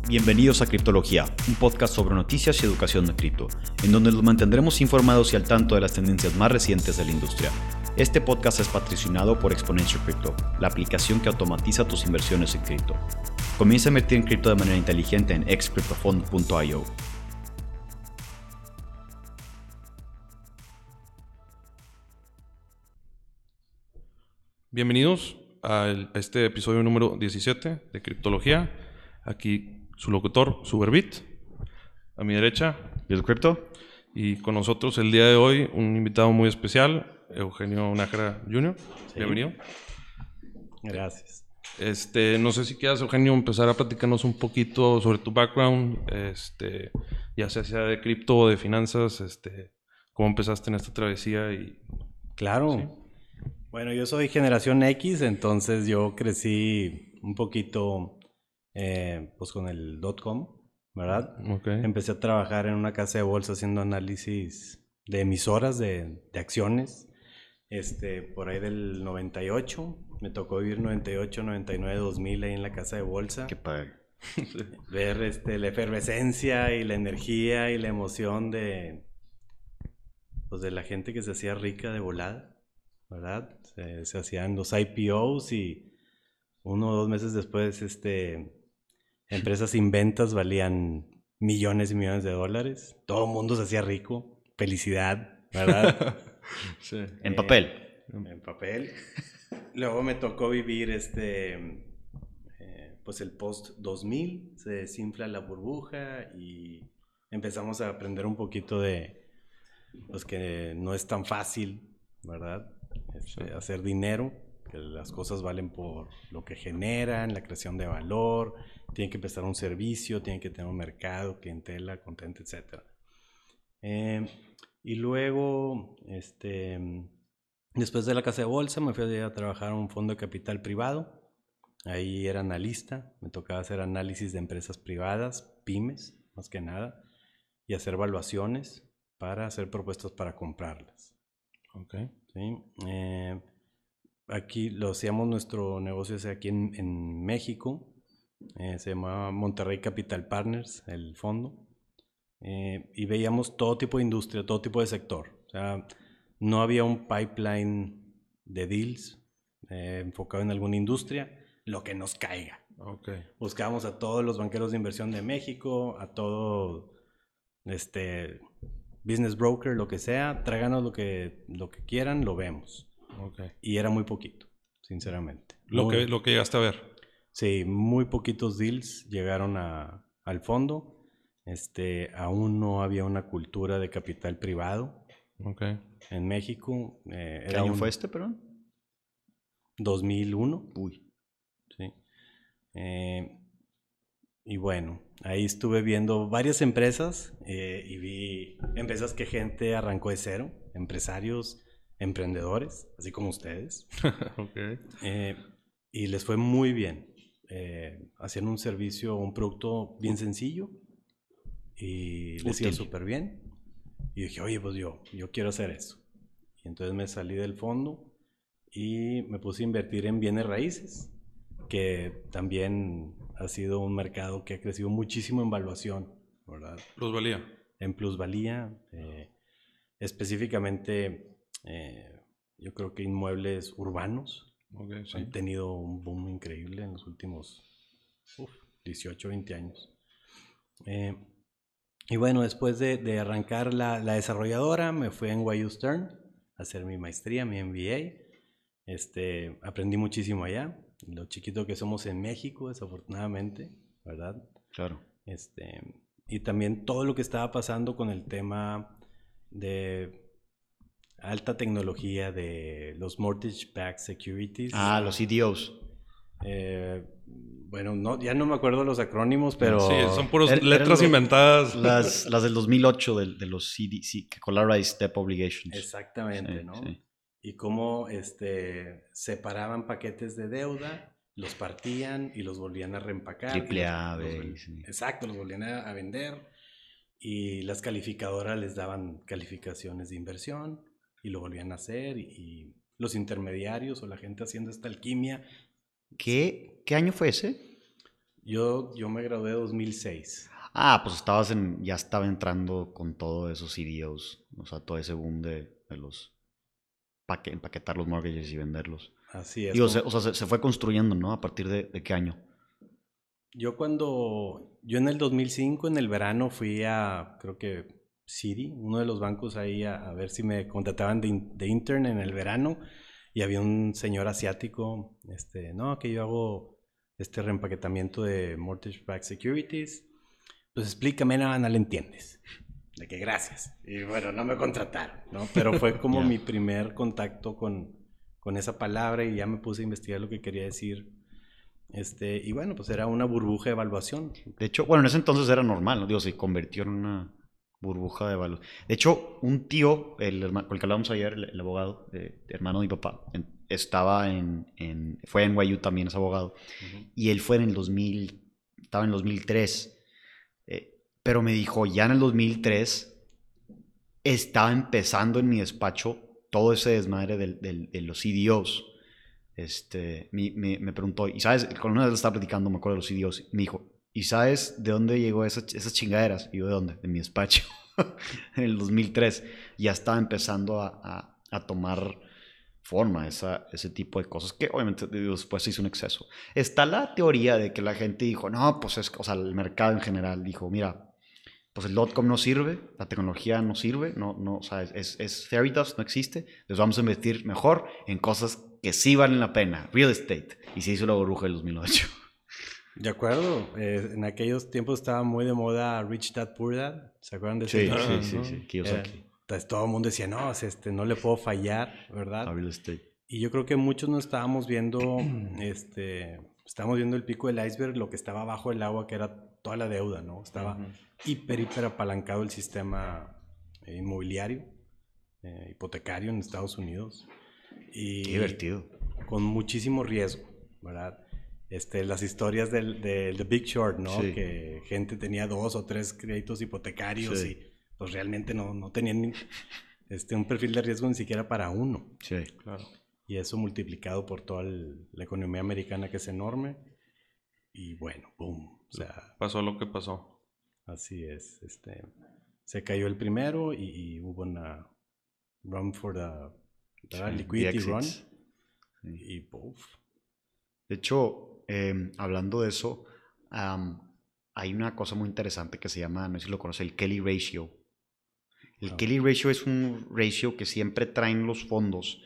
Bienvenidos a Criptología, un podcast sobre noticias y educación de cripto, en donde los mantendremos informados y al tanto de las tendencias más recientes de la industria. Este podcast es patrocinado por Exponential Crypto, la aplicación que automatiza tus inversiones en cripto. Comienza a invertir en cripto de manera inteligente en excryptofund.io. Bienvenidos a este episodio número 17 de Criptología. Aquí su locutor, Superbit, a mi derecha, ¿Bill Crypto? y con nosotros el día de hoy un invitado muy especial, Eugenio Nájera Jr. Sí. Bienvenido. Gracias. No sé si quieras, Eugenio, empezar a platicarnos un poquito sobre tu background, ya sea de cripto o de finanzas, cómo empezaste en esta travesía y... Claro. Sí. Bueno, yo soy generación X, entonces yo crecí un poquito pues con el .com, ¿verdad? Okay. Empecé a trabajar en una casa de bolsa haciendo análisis de emisoras de acciones. Por ahí del 98, me tocó vivir 98, 99, 2000 ahí en la casa de bolsa. Qué padre. Ver la efervescencia y la energía y la emoción de la gente que se hacía rica de volada, ¿verdad? Se hacían los IPOs y 1 o 2 meses después empresas sin ventas valían millones y millones de dólares. Todo el mundo se hacía rico. Felicidad, ¿verdad? Sí. En papel. En papel. Luego me tocó vivir pues el post 2000, se desinfla la burbuja y empezamos a aprender un poquito de pues que no es tan fácil, ¿verdad? Hacer dinero, que las cosas valen por lo que generan, la creación de valor, tienen que prestar un servicio, tienen que tener un mercado, clientela, contente, etc. Y luego, después de la casa de bolsa, me fui a trabajar en un fondo de capital privado. Ahí era analista, me tocaba hacer análisis de empresas privadas, pymes, más que nada, y hacer evaluaciones para hacer propuestas para comprarlas. Okay. ¿Sí? Aquí lo hacíamos, nuestro negocio es aquí en México, se llamaba Monterrey Capital Partners, el fondo, y veíamos todo tipo de industria, todo tipo de sector. O sea, no había un pipeline de deals enfocado en alguna industria, lo que nos caiga. Okay. Buscábamos a todos los banqueros de inversión de México, a todo business broker, lo que sea, tráiganos lo que quieran, lo vemos. Okay. Y era muy poquito, sinceramente. Lo que llegaste a ver. Sí, muy poquitos deals llegaron al fondo. Aún no había una cultura de capital privado. Okay. En México. ¿Qué año fue perdón? 2001. Uy. Sí. Y bueno, ahí estuve viendo varias empresas y vi empresas que gente arrancó de cero, empresarios, emprendedores, así como ustedes. Okay. Y les fue muy bien. Hacían un servicio, un producto bien sencillo y les iba súper bien. Y dije, oye, pues yo quiero hacer eso. Y entonces me salí del fondo y me puse a invertir en bienes raíces, que también ha sido un mercado que ha crecido muchísimo en valuación, ¿verdad? Plusvalía. En plusvalía, específicamente yo creo que inmuebles urbanos. Okay, sí. Han tenido un boom increíble en los últimos 18, 20 años. Y bueno, después de arrancar la desarrolladora, me fui a NYU Stern a hacer mi maestría, mi MBA. Aprendí muchísimo allá. Lo chiquito que somos en México, desafortunadamente, ¿verdad? Claro. Y también todo lo que estaba pasando con el tema de alta tecnología de los mortgage-backed securities. Los CDOs. Bueno, ya no me acuerdo los acrónimos, pero... Sí, son puras letras inventadas. Las del 2008 de los CDC, Collateralized Debt Obligations. Exactamente, sí, ¿no? Sí. Y cómo separaban paquetes de deuda, los partían y los volvían a reempacar. Triple A, sí. Exacto, los volvían a vender y las calificadoras les daban calificaciones de inversión y lo volvían a hacer y los intermediarios o la gente haciendo esta alquimia. ¿Qué año fue ese? Yo me gradué en 2006. Ah, pues ya estaba entrando con todos esos CDOs, o sea, todo ese boom de los empaquetar los mortgages y venderlos. Así es. Digo, se fue construyendo, ¿no? ¿A partir de qué año? Yo en el 2005, en el verano, fui creo que Citi, uno de los bancos ahí, a ver si me contrataban de intern en el verano. Y había un señor asiático, no, que yo hago reempaquetamiento de mortgage-backed securities. Pues explícame, no le entiendes. De que gracias. Y bueno, no me contrataron, ¿no? Pero fue como mi primer contacto con esa palabra y ya me puse a investigar lo que quería decir. Y bueno, pues era una burbuja de evaluación. De hecho, bueno, en ese entonces era normal, ¿no? Digo, se convirtió en una burbuja de evaluación. De hecho, un tío, con el que hablábamos ayer, el abogado, hermano de mi papá, fue en NYU también, es abogado, y él fue en el 2000, estaba en el 2003, pero me dijo, ya en el 2003 estaba empezando en mi despacho todo ese desmadre de los CDOs. Me preguntó, ¿y sabes? Con una vez estaba platicando, me acuerdo de los CDOs, me dijo, ¿y sabes de dónde llegó esas chingaderas? Y yo, ¿de dónde? De mi despacho. En el 2003 ya estaba empezando a tomar forma ese tipo de cosas que obviamente después se hizo un exceso. Está la teoría de que la gente dijo, no, pues o sea, el mercado en general dijo, mira, pues el .com no sirve, la tecnología no sirve, o sea, es fairy dust, no existe, entonces vamos a invertir mejor en cosas que sí valen la pena, real estate, y se hizo la burbuja del 2008. De acuerdo, en aquellos tiempos estaba muy de moda Rich Dad Poor Dad, ¿se acuerdan de ese? Sí, Kiyosaki. Entonces todo el mundo decía, no, no le puedo fallar, ¿verdad? A real estate. Y yo creo que muchos no estábamos viendo, estábamos viendo el pico del iceberg, lo que estaba abajo del agua, que era toda la deuda, ¿no? Estaba hiper apalancado el sistema inmobiliario, hipotecario en Estados Unidos. Y qué divertido. Con muchísimo riesgo, ¿verdad? Las historias del The Big Short, ¿no? Sí. Que gente tenía 2 o 3 créditos hipotecarios y pues realmente no tenían un perfil de riesgo ni siquiera para uno. Sí, claro. Y eso multiplicado por toda la economía americana, que es enorme. Y bueno, boom. O sea, pasó lo que pasó. Así es. Se cayó el primero y hubo una run for the liquidity run. Sí. Y puff. De hecho, hablando de eso, hay una cosa muy interesante que se llama, no sé si lo conoce, el Kelly Ratio. El Kelly Ratio es un ratio que siempre traen los fondos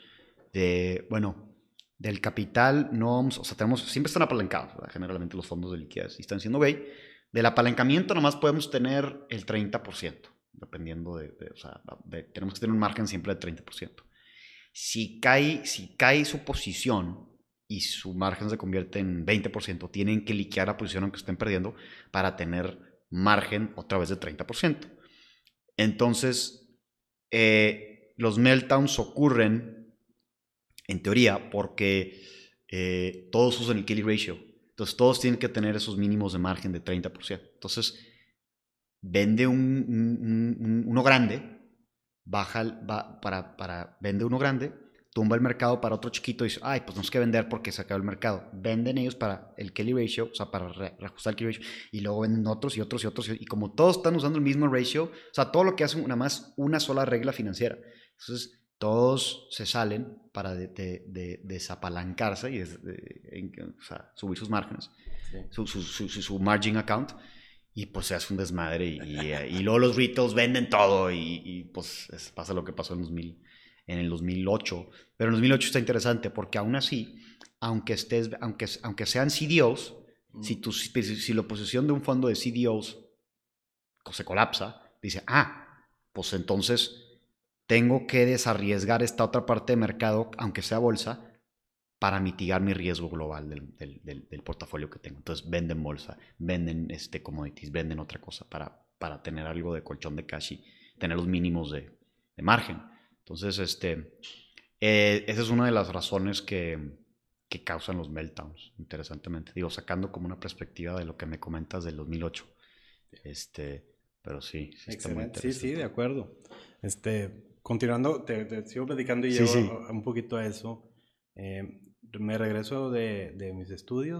del capital, o sea, siempre están apalancados, ¿verdad? Generalmente los fondos de liquidez, y están diciendo, del apalancamiento nomás podemos tener el 30%, dependiendo o sea, tenemos que tener un margen siempre del 30%. Si cae su posición y su margen se convierte en 20%, tienen que liquear la posición aunque estén perdiendo para tener margen otra vez de 30%. Entonces, los meltdowns ocurren, en teoría, porque todos usan el Kelly Ratio. Entonces, todos tienen que tener esos mínimos de margen de 30%. Entonces, vende uno grande, vende uno grande, tumba el mercado para otro chiquito y dice, ay, pues no es que vender porque se acabó el mercado. Venden ellos para el Kelly Ratio, o sea, para reajustar el Kelly Ratio, y luego venden otros y otros y otros. Y como todos están usando el mismo ratio, o sea, todo lo que hacen nada más una sola regla financiera. Entonces, todos se salen para desapalancarse y o sea, subir sus márgenes, sí. su margin account, y pues se hace un desmadre y luego los retails venden todo y pues pasa lo que pasó en el 2008. Pero en el 2008 está interesante porque aún así, aunque sean CDOs, si la posición de un fondo de CDOs se colapsa, dice, pues entonces tengo que desarriesgar esta otra parte de mercado, aunque sea bolsa, para mitigar mi riesgo global del portafolio que tengo. Entonces venden bolsa, venden commodities, venden otra cosa para tener algo de colchón de cash y tener los mínimos de margen. Entonces, esa es una de las razones que causan los meltdowns, interesantemente. Digo, sacando como una perspectiva de lo que me comentas del 2008. Pero sí está muy interesante. Sí, de acuerdo. Continuando, te sigo platicando y llego un poquito a eso. Me regreso de mis estudios.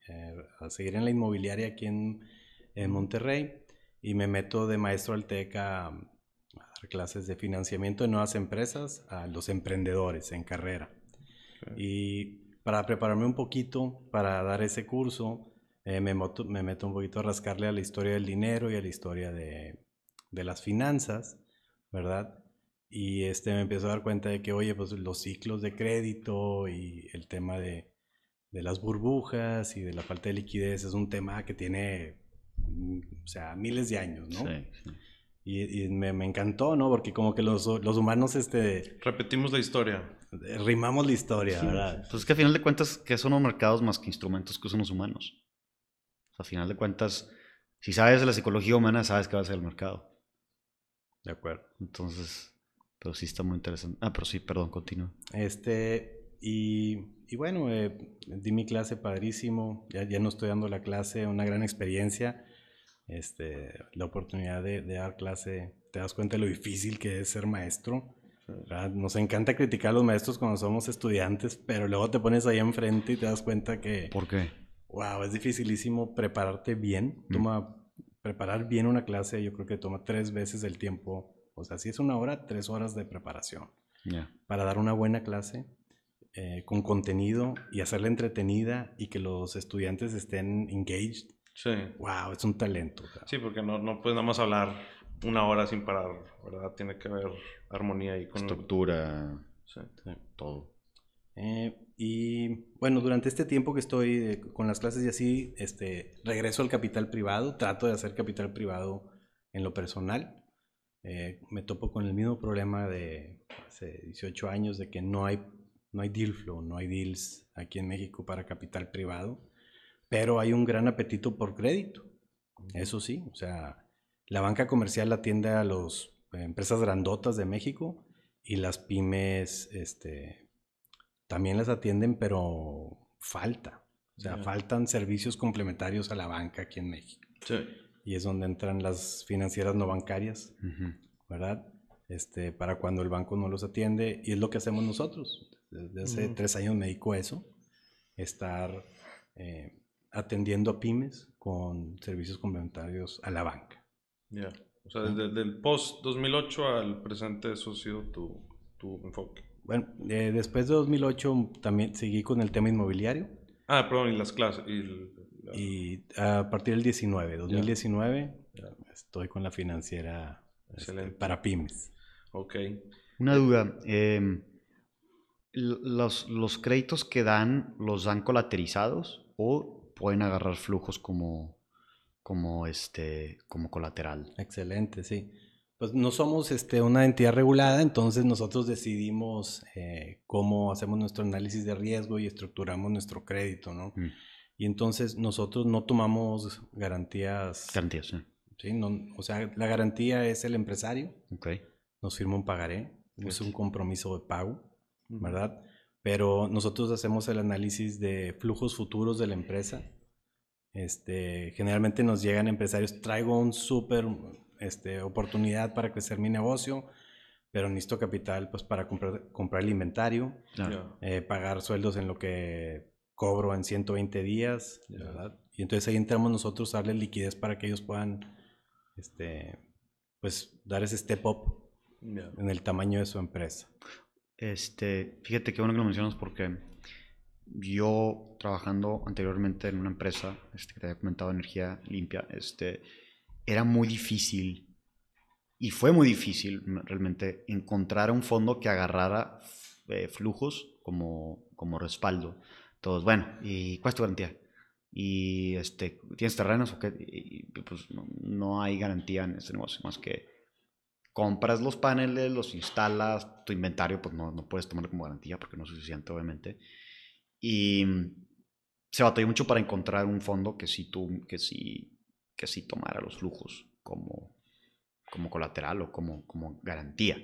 a seguir en la inmobiliaria aquí en Monterrey, y me meto de maestro al TEC a dar clases de financiamiento de nuevas empresas a los emprendedores en carrera. Okay. Y para prepararme un poquito para dar ese curso, me meto un poquito a rascarle a la historia del dinero y a la historia de las finanzas, ¿verdad? Y me empiezo a dar cuenta de que, oye, pues los ciclos de crédito y el tema de las burbujas y de la falta de liquidez es un tema que tiene, o sea, miles de años, ¿no? Sí, sí. Y me encantó, ¿no? Porque como que los humanos, repetimos la historia. Rimamos la historia, ¿verdad? Pues es que a final de cuentas, ¿qué son los mercados más que instrumentos que usan los humanos? O sea, a final de cuentas, si sabes de la psicología humana, sabes que va a ser el mercado. De acuerdo. Entonces, pero sí está muy interesante. Ah, pero sí, perdón, continúa. Y bueno, di mi clase padrísimo. Ya no estoy dando la clase, una gran experiencia. La oportunidad de dar clase, te das cuenta de lo difícil que es ser maestro, ¿verdad? Nos encanta criticar a los maestros cuando somos estudiantes, pero luego te pones ahí enfrente y te das cuenta que... ¿Por qué? Wow, es dificilísimo prepararte bien. Preparar bien una clase, yo creo que toma 3 veces el tiempo. O sea, si es 1 hora, 3 horas de preparación. Para dar una buena clase con contenido y hacerla entretenida y que los estudiantes estén engaged. Sí. Wow, es un talento. ¿Verdad? Sí, porque no puedes nada más hablar 1 hora sin parar, ¿verdad? Tiene que haber armonía ahí con estructura, sí, todo. Y bueno, durante este tiempo que estoy con las clases y así, regreso al capital privado, trato de hacer capital privado en lo personal. Me topo con el mismo problema de hace 18 años de que no hay deal flow, no hay deals aquí en México para capital privado. Pero hay un gran apetito por crédito, eso sí, o sea, la banca comercial atiende a las empresas grandotas de México y las pymes también las atienden, pero faltan servicios complementarios a la banca aquí en México. Sí. Y es donde entran las financieras no bancarias, ¿verdad? Para cuando el banco no los atiende, y es lo que hacemos nosotros. Desde hace 3 años me dedico a eso, estar... atendiendo a pymes con servicios complementarios a la banca. Ya. O sea, desde el post-2008 al presente eso ha sido tu enfoque. Bueno, después de 2008 también seguí con el tema inmobiliario. Ah, perdón, y las clases. Y a partir del 2019, estoy con la financiera para pymes. Ok. Una duda. ¿Los créditos que dan, los dan colaterizados o pueden agarrar flujos como colateral? Excelente, sí. Pues no somos una entidad regulada, entonces nosotros decidimos cómo hacemos nuestro análisis de riesgo y estructuramos nuestro crédito, ¿no? Y entonces nosotros no tomamos garantías. Garantías, sí. Sí, no, o sea, la garantía es el empresario. Okay. Nos firma un pagaré, es un compromiso de pago, ¿verdad? Pero nosotros hacemos el análisis de flujos futuros de la empresa. Generalmente nos llegan empresarios, traigo un súper oportunidad para crecer mi negocio, pero necesito capital pues para comprar el inventario, pagar sueldos en lo que cobro en 120 días, ¿verdad? Y entonces ahí entramos nosotros a darle liquidez para que ellos puedan pues dar ese step up en el tamaño de su empresa. Fíjate qué bueno que lo mencionas porque yo trabajando anteriormente en una empresa que te había comentado, energía limpia, era muy difícil y fue muy difícil realmente encontrar un fondo que agarrara flujos como respaldo. Entonces, bueno, ¿y cuál es tu garantía? ¿Y tienes terrenos o qué? Y pues no hay garantía en este negocio más que compras los paneles, los instalas, tu inventario pues no puedes tomarlo como garantía porque no es suficiente obviamente. Y se batalló mucho para encontrar un fondo que sí tomara los flujos como colateral o como garantía.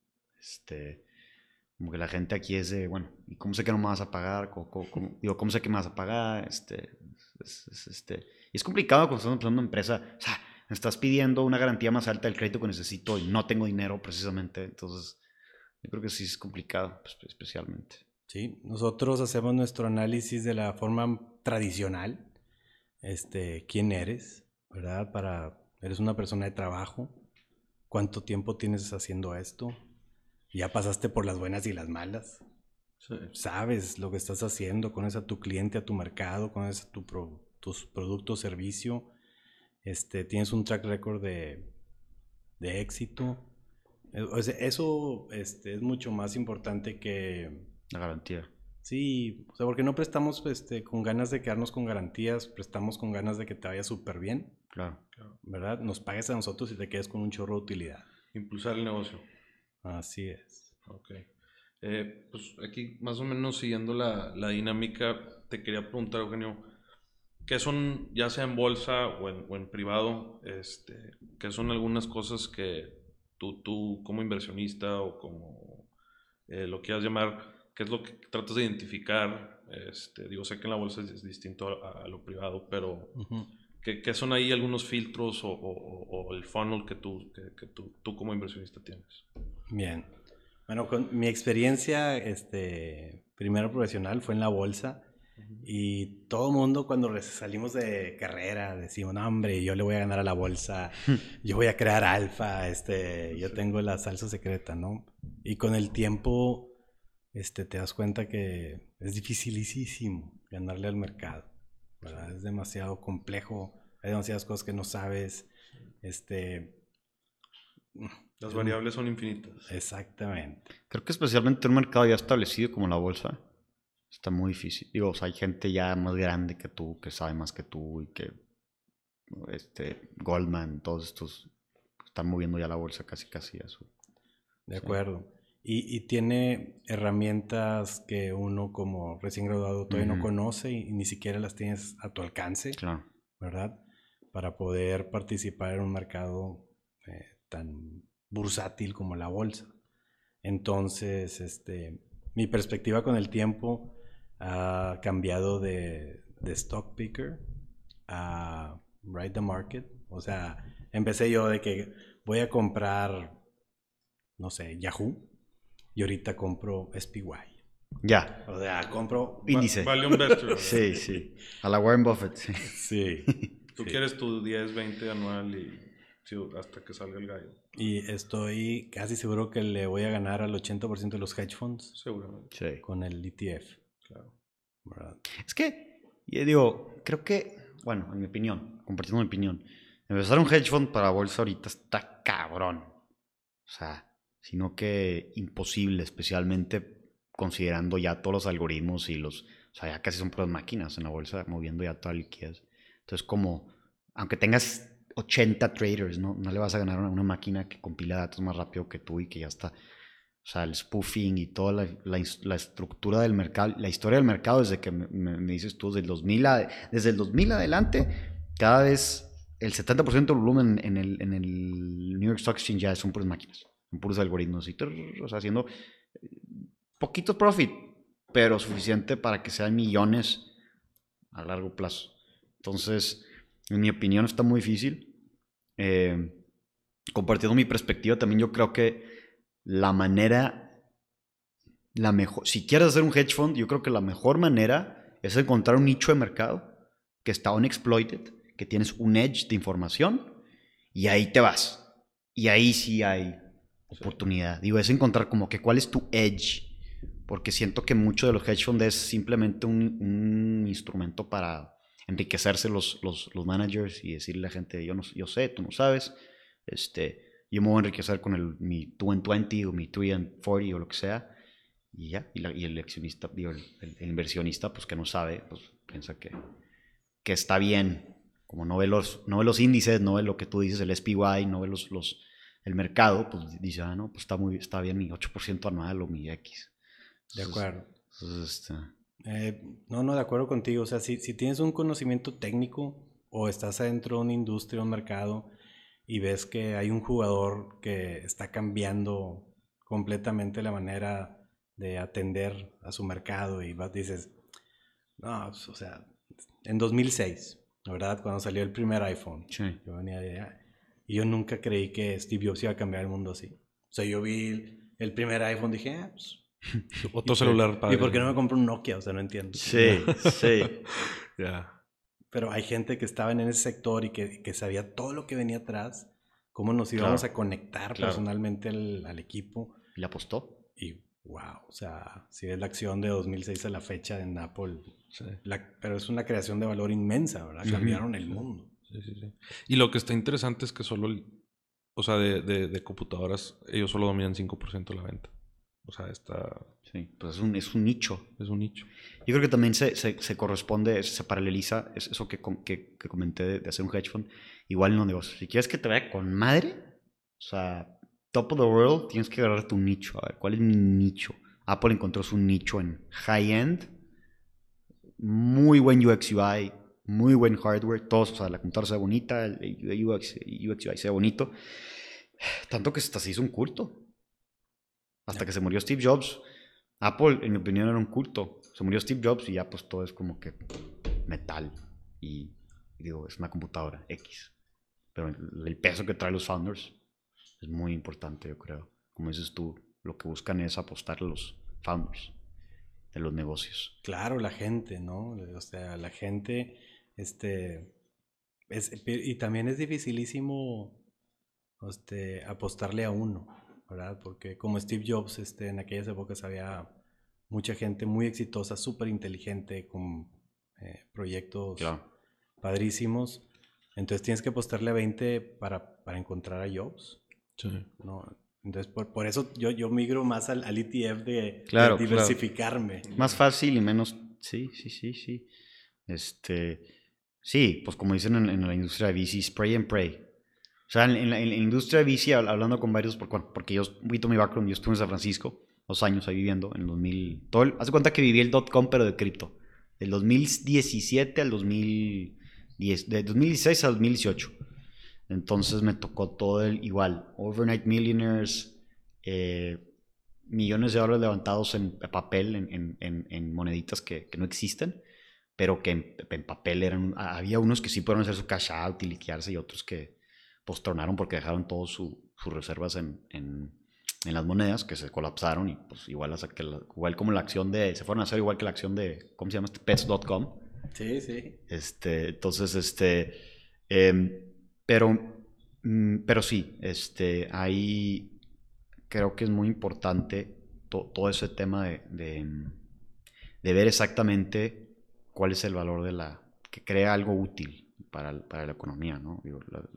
Como que la gente aquí es de, bueno, ¿y cómo sé que no me vas a pagar? ¿Cómo sé que me vas a pagar? Y es complicado cuando estás empezando una empresa. O sea, me estás pidiendo una garantía más alta del crédito que necesito y no tengo dinero precisamente. Entonces, yo creo que sí es complicado, pues, especialmente. Sí, nosotros hacemos nuestro análisis de la forma tradicional, quién eres, ¿verdad? Eres una persona de trabajo. ¿Cuánto tiempo tienes haciendo esto? ¿Ya pasaste por las buenas y las malas? Sí. ¿Sabes lo que estás haciendo? ¿Conoces a tu cliente, a tu mercado? ¿Conoces a tus productos, servicio? ¿Tienes un track record de éxito? O sea, eso es mucho más importante que... La garantía. Sí, o sea, porque no prestamos con ganas de quedarnos con garantías, prestamos con ganas de que te vaya súper bien, Claro. ¿verdad? Nos pagues a nosotros y te quedes con un chorro de utilidad. Impulsar el negocio. Así es. Ok. Pues aquí, más o menos siguiendo la dinámica, te quería preguntar, Eugenio, ¿qué son, ya sea en bolsa o en privado, qué son algunas cosas que tú como inversionista o como lo quieras llamar, qué es lo que tratas de identificar? Digo, sé que en la bolsa es distinto a lo privado, pero Uh-huh. ¿qué son ahí algunos filtros o el funnel que tú como inversionista tienes? Bien. Bueno, con mi experiencia primero profesional fue en la bolsa. Y todo el mundo cuando salimos de carrera decimos, no hombre, yo le voy a ganar a la bolsa, yo voy a crear alfa, yo tengo la salsa secreta, ¿no? Y con el tiempo te das cuenta que es dificilísimo ganarle al mercado, ¿verdad? Es demasiado complejo, hay demasiadas cosas que no sabes, Las variables son infinitas. Exactamente. Creo que especialmente en un mercado ya establecido como la bolsa, está muy difícil. Digo, o sea, hay gente ya más grande que tú, que sabe más que tú y que Goldman, todos estos están moviendo ya la bolsa casi a su... De acuerdo. Y tiene herramientas que uno como recién graduado todavía no conoce y ni siquiera las tienes a tu alcance, claro, ¿verdad? Para poder participar en un mercado tan bursátil como la bolsa. Entonces, mi perspectiva con el tiempo ha cambiado de stock picker a ride the market. O sea, empecé yo de que voy a comprar, no sé, Yahoo, y ahorita compro SPY. ya. O sea, compro índice. Value Investor. Sí, sí. A la Warren Buffett. Sí. Sí. Tú quieres tu 10, 20 anual y sí, hasta que salga el gallo. Y estoy casi seguro que le voy a ganar al 80% de los hedge funds. Seguramente. Sí. Con el ETF. Claro. ¿Verdad? Es que, yo digo, creo que, bueno, en mi opinión, compartiendo mi opinión, empezar un hedge fund para bolsa ahorita está cabrón. O sea, sino que imposible, especialmente considerando ya todos los algoritmos y o sea, ya casi son puras máquinas en la bolsa moviendo ya toda la liquidez. Entonces, como, aunque tengas 80 traders, no le vas a ganar a una máquina que compila datos más rápido que tú y que ya está. O sea, el spoofing y toda la estructura del mercado, la historia del mercado desde que me dices tú, desde el 2000 adelante, cada vez el 70% del volumen en el New York Stock Exchange ya son puras máquinas, son puros algoritmos, o sea, haciendo poquito profit, pero suficiente para que sean millones a largo plazo. Entonces, en mi opinión está muy difícil. Compartiendo mi perspectiva, también yo creo que la mejor, si quieres hacer un hedge fund, yo creo que la mejor manera es encontrar un nicho de mercado que está unexploited, que tienes un edge de información y ahí te vas. Y ahí sí hay oportunidad. Digo, es encontrar como que cuál es tu edge, porque siento que mucho de los hedge funds es simplemente un instrumento para enriquecerse los managers y decirle a la gente, yo sé, tú no sabes, yo me voy a enriquecer con mi 2 and 20 o mi 3 and 40 o lo que sea, y ya, y el accionista, digo, el inversionista, pues que no sabe, pues piensa que está bien, como no ve los índices, no ve lo que tú dices, el SPY, no ve el mercado, pues dice, no, pues está bien mi 8% anual o mi X. De acuerdo. Entonces, no, de acuerdo contigo. O sea, si tienes un conocimiento técnico o estás adentro de una industria, un mercado, y ves que hay un jugador que está cambiando completamente la manera de atender a su mercado y dices, no, pues, o sea, en 2006, la verdad, cuando salió el primer iPhone, sí. yo venía de allá, y yo nunca creí que Steve Jobs iba a cambiar el mundo así. O sea, yo vi el primer iPhone, dije, pues... Otro celular padre. ¿Y por qué no me compro un Nokia? O sea, no entiendo. Sí, sí. Ya. pero hay gente que estaba en ese sector y que sabía todo lo que venía atrás, cómo nos íbamos a conectar personalmente al equipo. Y le apostó. Y wow, o sea, si ves la acción de 2006 a la fecha en Apple, pero es una creación de valor inmensa, ¿verdad? Cambiaron el mundo. Sí. Y lo que está interesante es que solo, o sea, de computadoras, ellos solo dominan 5% de la venta. O sea, Sí, pues es un nicho. Es un nicho. Yo creo que también se corresponde, se paraleliza eso que comenté de hacer un hedge fund, igual en los negocios. Si quieres que te vaya con madre, o sea, top of the world, tienes que agarrar tu nicho. A ver, ¿cuál es mi nicho? Apple encontró su nicho en high-end, muy buen UX UI, muy buen hardware, todos, o sea, la computadora sea bonita, el UX UI sea bonito, tanto que hasta se hizo un culto. Hasta que se murió Steve Jobs, Apple, en mi opinión, era un culto. Se murió Steve Jobs y ya pues todo es como que metal. Y digo, es una computadora X. Pero el peso que traen los founders es muy importante, yo creo. Como dices tú, lo que buscan es apostar a los founders de los negocios. Claro, la gente, ¿no? O sea, la gente, y también es dificilísimo, apostarle a uno, ¿verdad? Porque como Steve Jobs, en aquellas épocas había mucha gente muy exitosa, súper inteligente, con proyectos padrísimos. Entonces tienes que apostarle a 20 para encontrar a Jobs. Sí. ¿No? Entonces por eso yo migro más al ETF de diversificarme. Más fácil y menos... Sí. Sí, pues como dicen en la industria de VC, spray and pray. O sea, en la industria de VC, hablando con varios, porque yo, un poquito mi background, yo estuve en San Francisco 2 años ahí viviendo, en el 2000. Haz de cuenta que viví el .com, pero de cripto. Del 2017 al 2010, de 2016 al 2018. Entonces me tocó todo igual, Overnight Millionaires, millones de dólares levantados en papel, en moneditas que no existen, pero que en papel había unos que sí pudieron hacer su cash out y liquidarse y otros que postronaron porque dejaron todas sus reservas en las monedas que se colapsaron y pues igual como la acción se fueron a hacer igual que la acción de, ¿cómo se llama? Pets.com. Sí. Entonces, pero sí, ahí creo que es muy importante todo ese tema de ver exactamente cuál es el valor que crea algo útil para la economía, ¿no? Digo,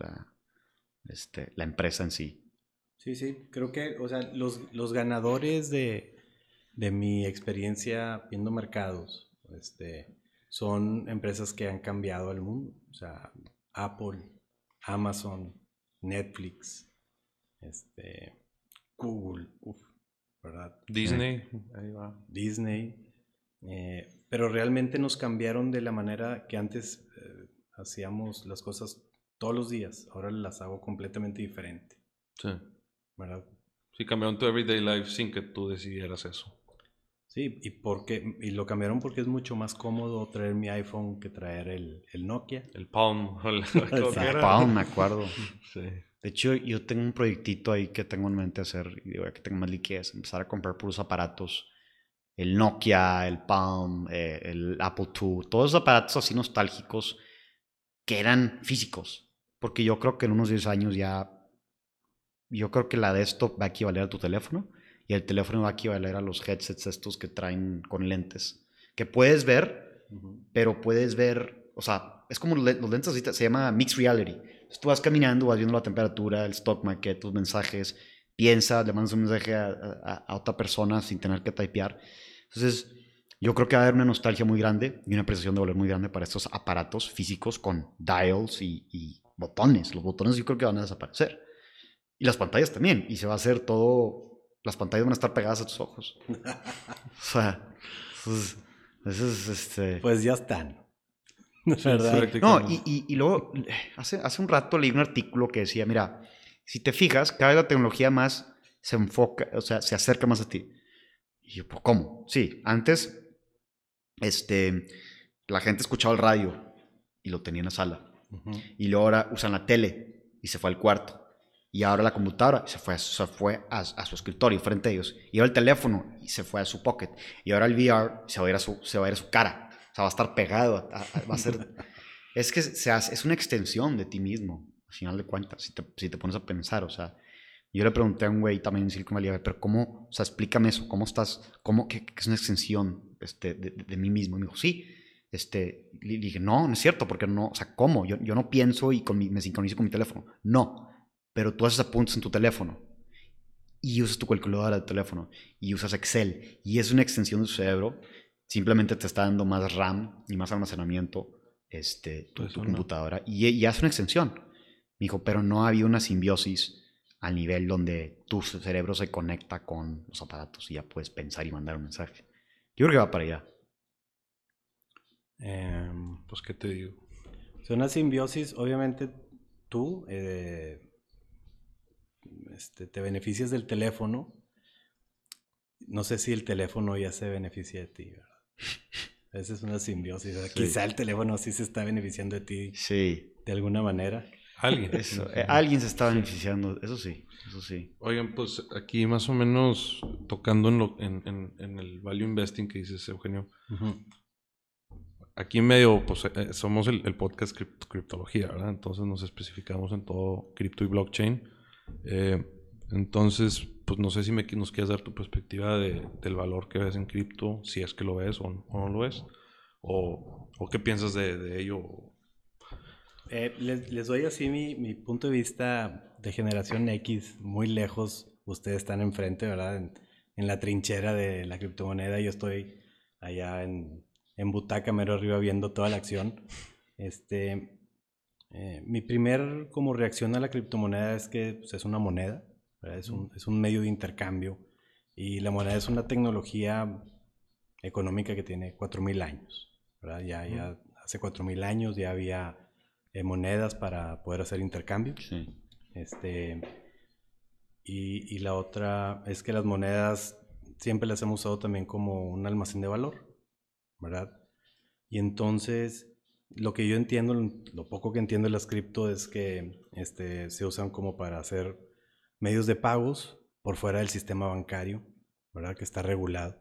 la empresa en sí. Sí, creo que, o sea, los ganadores de mi experiencia viendo mercados, son empresas que han cambiado el mundo. O sea, Apple, Amazon, Netflix, Google, ¿verdad? Disney, ahí va. Disney, pero realmente nos cambiaron de la manera que antes hacíamos las cosas todos los días. Ahora las hago completamente diferente. Sí. ¿Verdad? Sí, cambiaron tu everyday life sin que tú decidieras eso. Sí, y lo cambiaron porque es mucho más cómodo traer mi iPhone que traer el Nokia. El Palm. El Palm, me acuerdo. Sí. De hecho, yo tengo un proyectito ahí que tengo en mente hacer, y digo, que tengo más liquidez, empezar a comprar puros aparatos. El Nokia, el Palm, el Apple II, todos esos aparatos así nostálgicos que eran físicos. Porque yo creo que en unos 10 años yo creo que la desktop va a equivaler a tu teléfono y el teléfono va a equivaler a los headsets estos que traen con lentes. Que puedes ver, pero puedes ver, o sea, es como los lentes así, se llama mixed reality. Entonces, tú vas caminando, vas viendo la temperatura, el stock market, tus mensajes, piensas, le mandas un mensaje a otra persona sin tener que typear. Entonces, yo creo que va a haber una nostalgia muy grande y una apreciación de valor muy grande para estos aparatos físicos con dials y botones. Los botones yo creo que van a desaparecer. Y las pantallas también. Y se va a hacer todo... Las pantallas van a estar pegadas a tus ojos. O sea... Eso es Pues ya están. ¿Verdad? No, y luego... Hace un rato leí un artículo que decía... Mira, si te fijas, cada vez la tecnología más se enfoca... O sea, se acerca más a ti. Y yo, ¿cómo? Sí, antes... la gente escuchaba el radio y lo tenía en la sala. Y luego ahora usan la tele y se fue al cuarto. Y ahora la computadora se fue a su escritorio frente a ellos. Y ahora el teléfono y se fue a su pocket. Y ahora el VR se va a ir a su cara. O sea, va a estar pegado. Va a ser... Es que es una extensión de ti mismo, al final de cuentas, si te pones a pensar, o sea, yo le pregunté a un güey también en Silicon Valley, pero ¿cómo? O sea, explícame eso, ¿cómo estás? ¿Qué es una extensión de mí mismo? Y me dijo, sí. Le dije, no es cierto, porque no, o sea, ¿cómo? Yo no pienso y me sincronizo con mi teléfono. No, pero tú haces apuntes en tu teléfono y usas tu calculadora de teléfono y usas Excel y es una extensión de tu cerebro. Simplemente te está dando más RAM y más almacenamiento tu computadora y hace una extensión. Me dijo, pero no había una simbiosis al nivel donde tu cerebro se conecta con los aparatos y ya puedes pensar y mandar un mensaje. Yo creo que va para allá. Pues, ¿qué te digo? Es una simbiosis, obviamente tú te beneficias del teléfono. No sé si el teléfono ya se beneficia de ti, ¿verdad? Esa es una simbiosis. Sí. Quizá el teléfono sí se está beneficiando de ti. Sí. De alguna manera. Alguien se está beneficiando, eso sí. Oigan, pues aquí más o menos tocando en el value investing que dices, Eugenio. Uh-huh. Aquí medio, pues somos el podcast criptología, ¿verdad? Entonces nos especificamos en todo cripto y blockchain. Entonces, pues no sé si nos quieres dar tu perspectiva del valor que ves en cripto, si es que lo ves o no lo ves, o qué piensas de ello. Les doy así mi punto de vista de generación X, muy lejos. Ustedes están enfrente, ¿verdad? En la trinchera de la criptomoneda. Yo estoy allá en butaca, mero arriba, viendo toda la acción. Mi primer como reacción a la criptomoneda es que pues, es una moneda, ¿verdad? Es un medio de intercambio. Y la moneda es una tecnología económica que tiene 4,000 años, ¿verdad? Ya hace 4,000 años ya había monedas para poder hacer intercambio. Sí. Y la otra es que las monedas siempre las hemos usado también como un almacén de valor, ¿verdad? Y entonces lo que yo entiendo, lo poco que entiendo de las cripto es que se usan como para hacer medios de pagos por fuera del sistema bancario, ¿verdad? Que está regulado.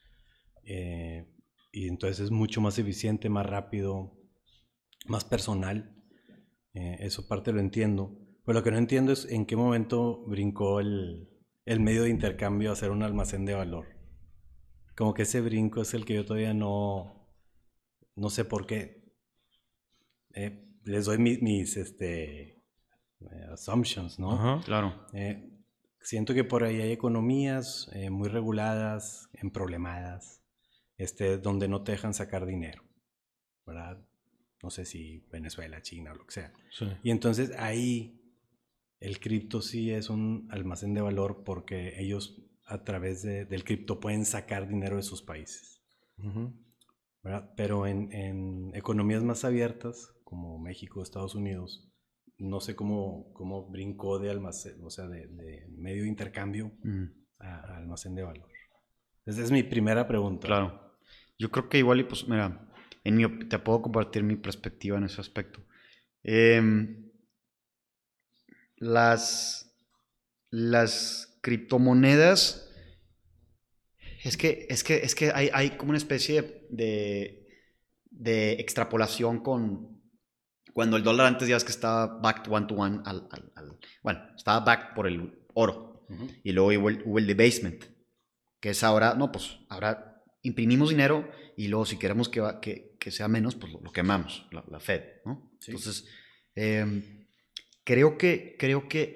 Y entonces es mucho más eficiente, más rápido, más personal. Eso parte lo entiendo. Pero lo que no entiendo es en qué momento brincó el medio de intercambio a ser un almacén de valor. Como que ese brinco es el que yo todavía no sé por qué. Les doy mis assumptions, ¿no? Ajá, claro. Siento que por ahí hay economías muy reguladas, emproblemadas, donde no te dejan sacar dinero, ¿verdad? No sé si Venezuela, China o lo que sea. Sí. Y entonces ahí el cripto sí es un almacén de valor porque ellos a través del cripto pueden sacar dinero de sus países. Uh-huh. ¿Verdad? Pero en economías más abiertas como México, Estados Unidos, no sé cómo brincó de almacén, o sea, de medio de intercambio a almacén de valor. Esa es mi primera pregunta. Claro. Yo creo que igual, y pues mira, te puedo compartir mi perspectiva en ese aspecto. Las criptomonedas, es que hay como una especie de extrapolación con cuando el dólar antes ya es que estaba backed one to one bueno, estaba backed por el oro. Uh-huh. Y luego hubo el debasement, que es ahora, no, pues ahora imprimimos dinero y luego si queremos que sea menos, pues lo quemamos, la Fed, ¿no? Sí. Entonces, creo que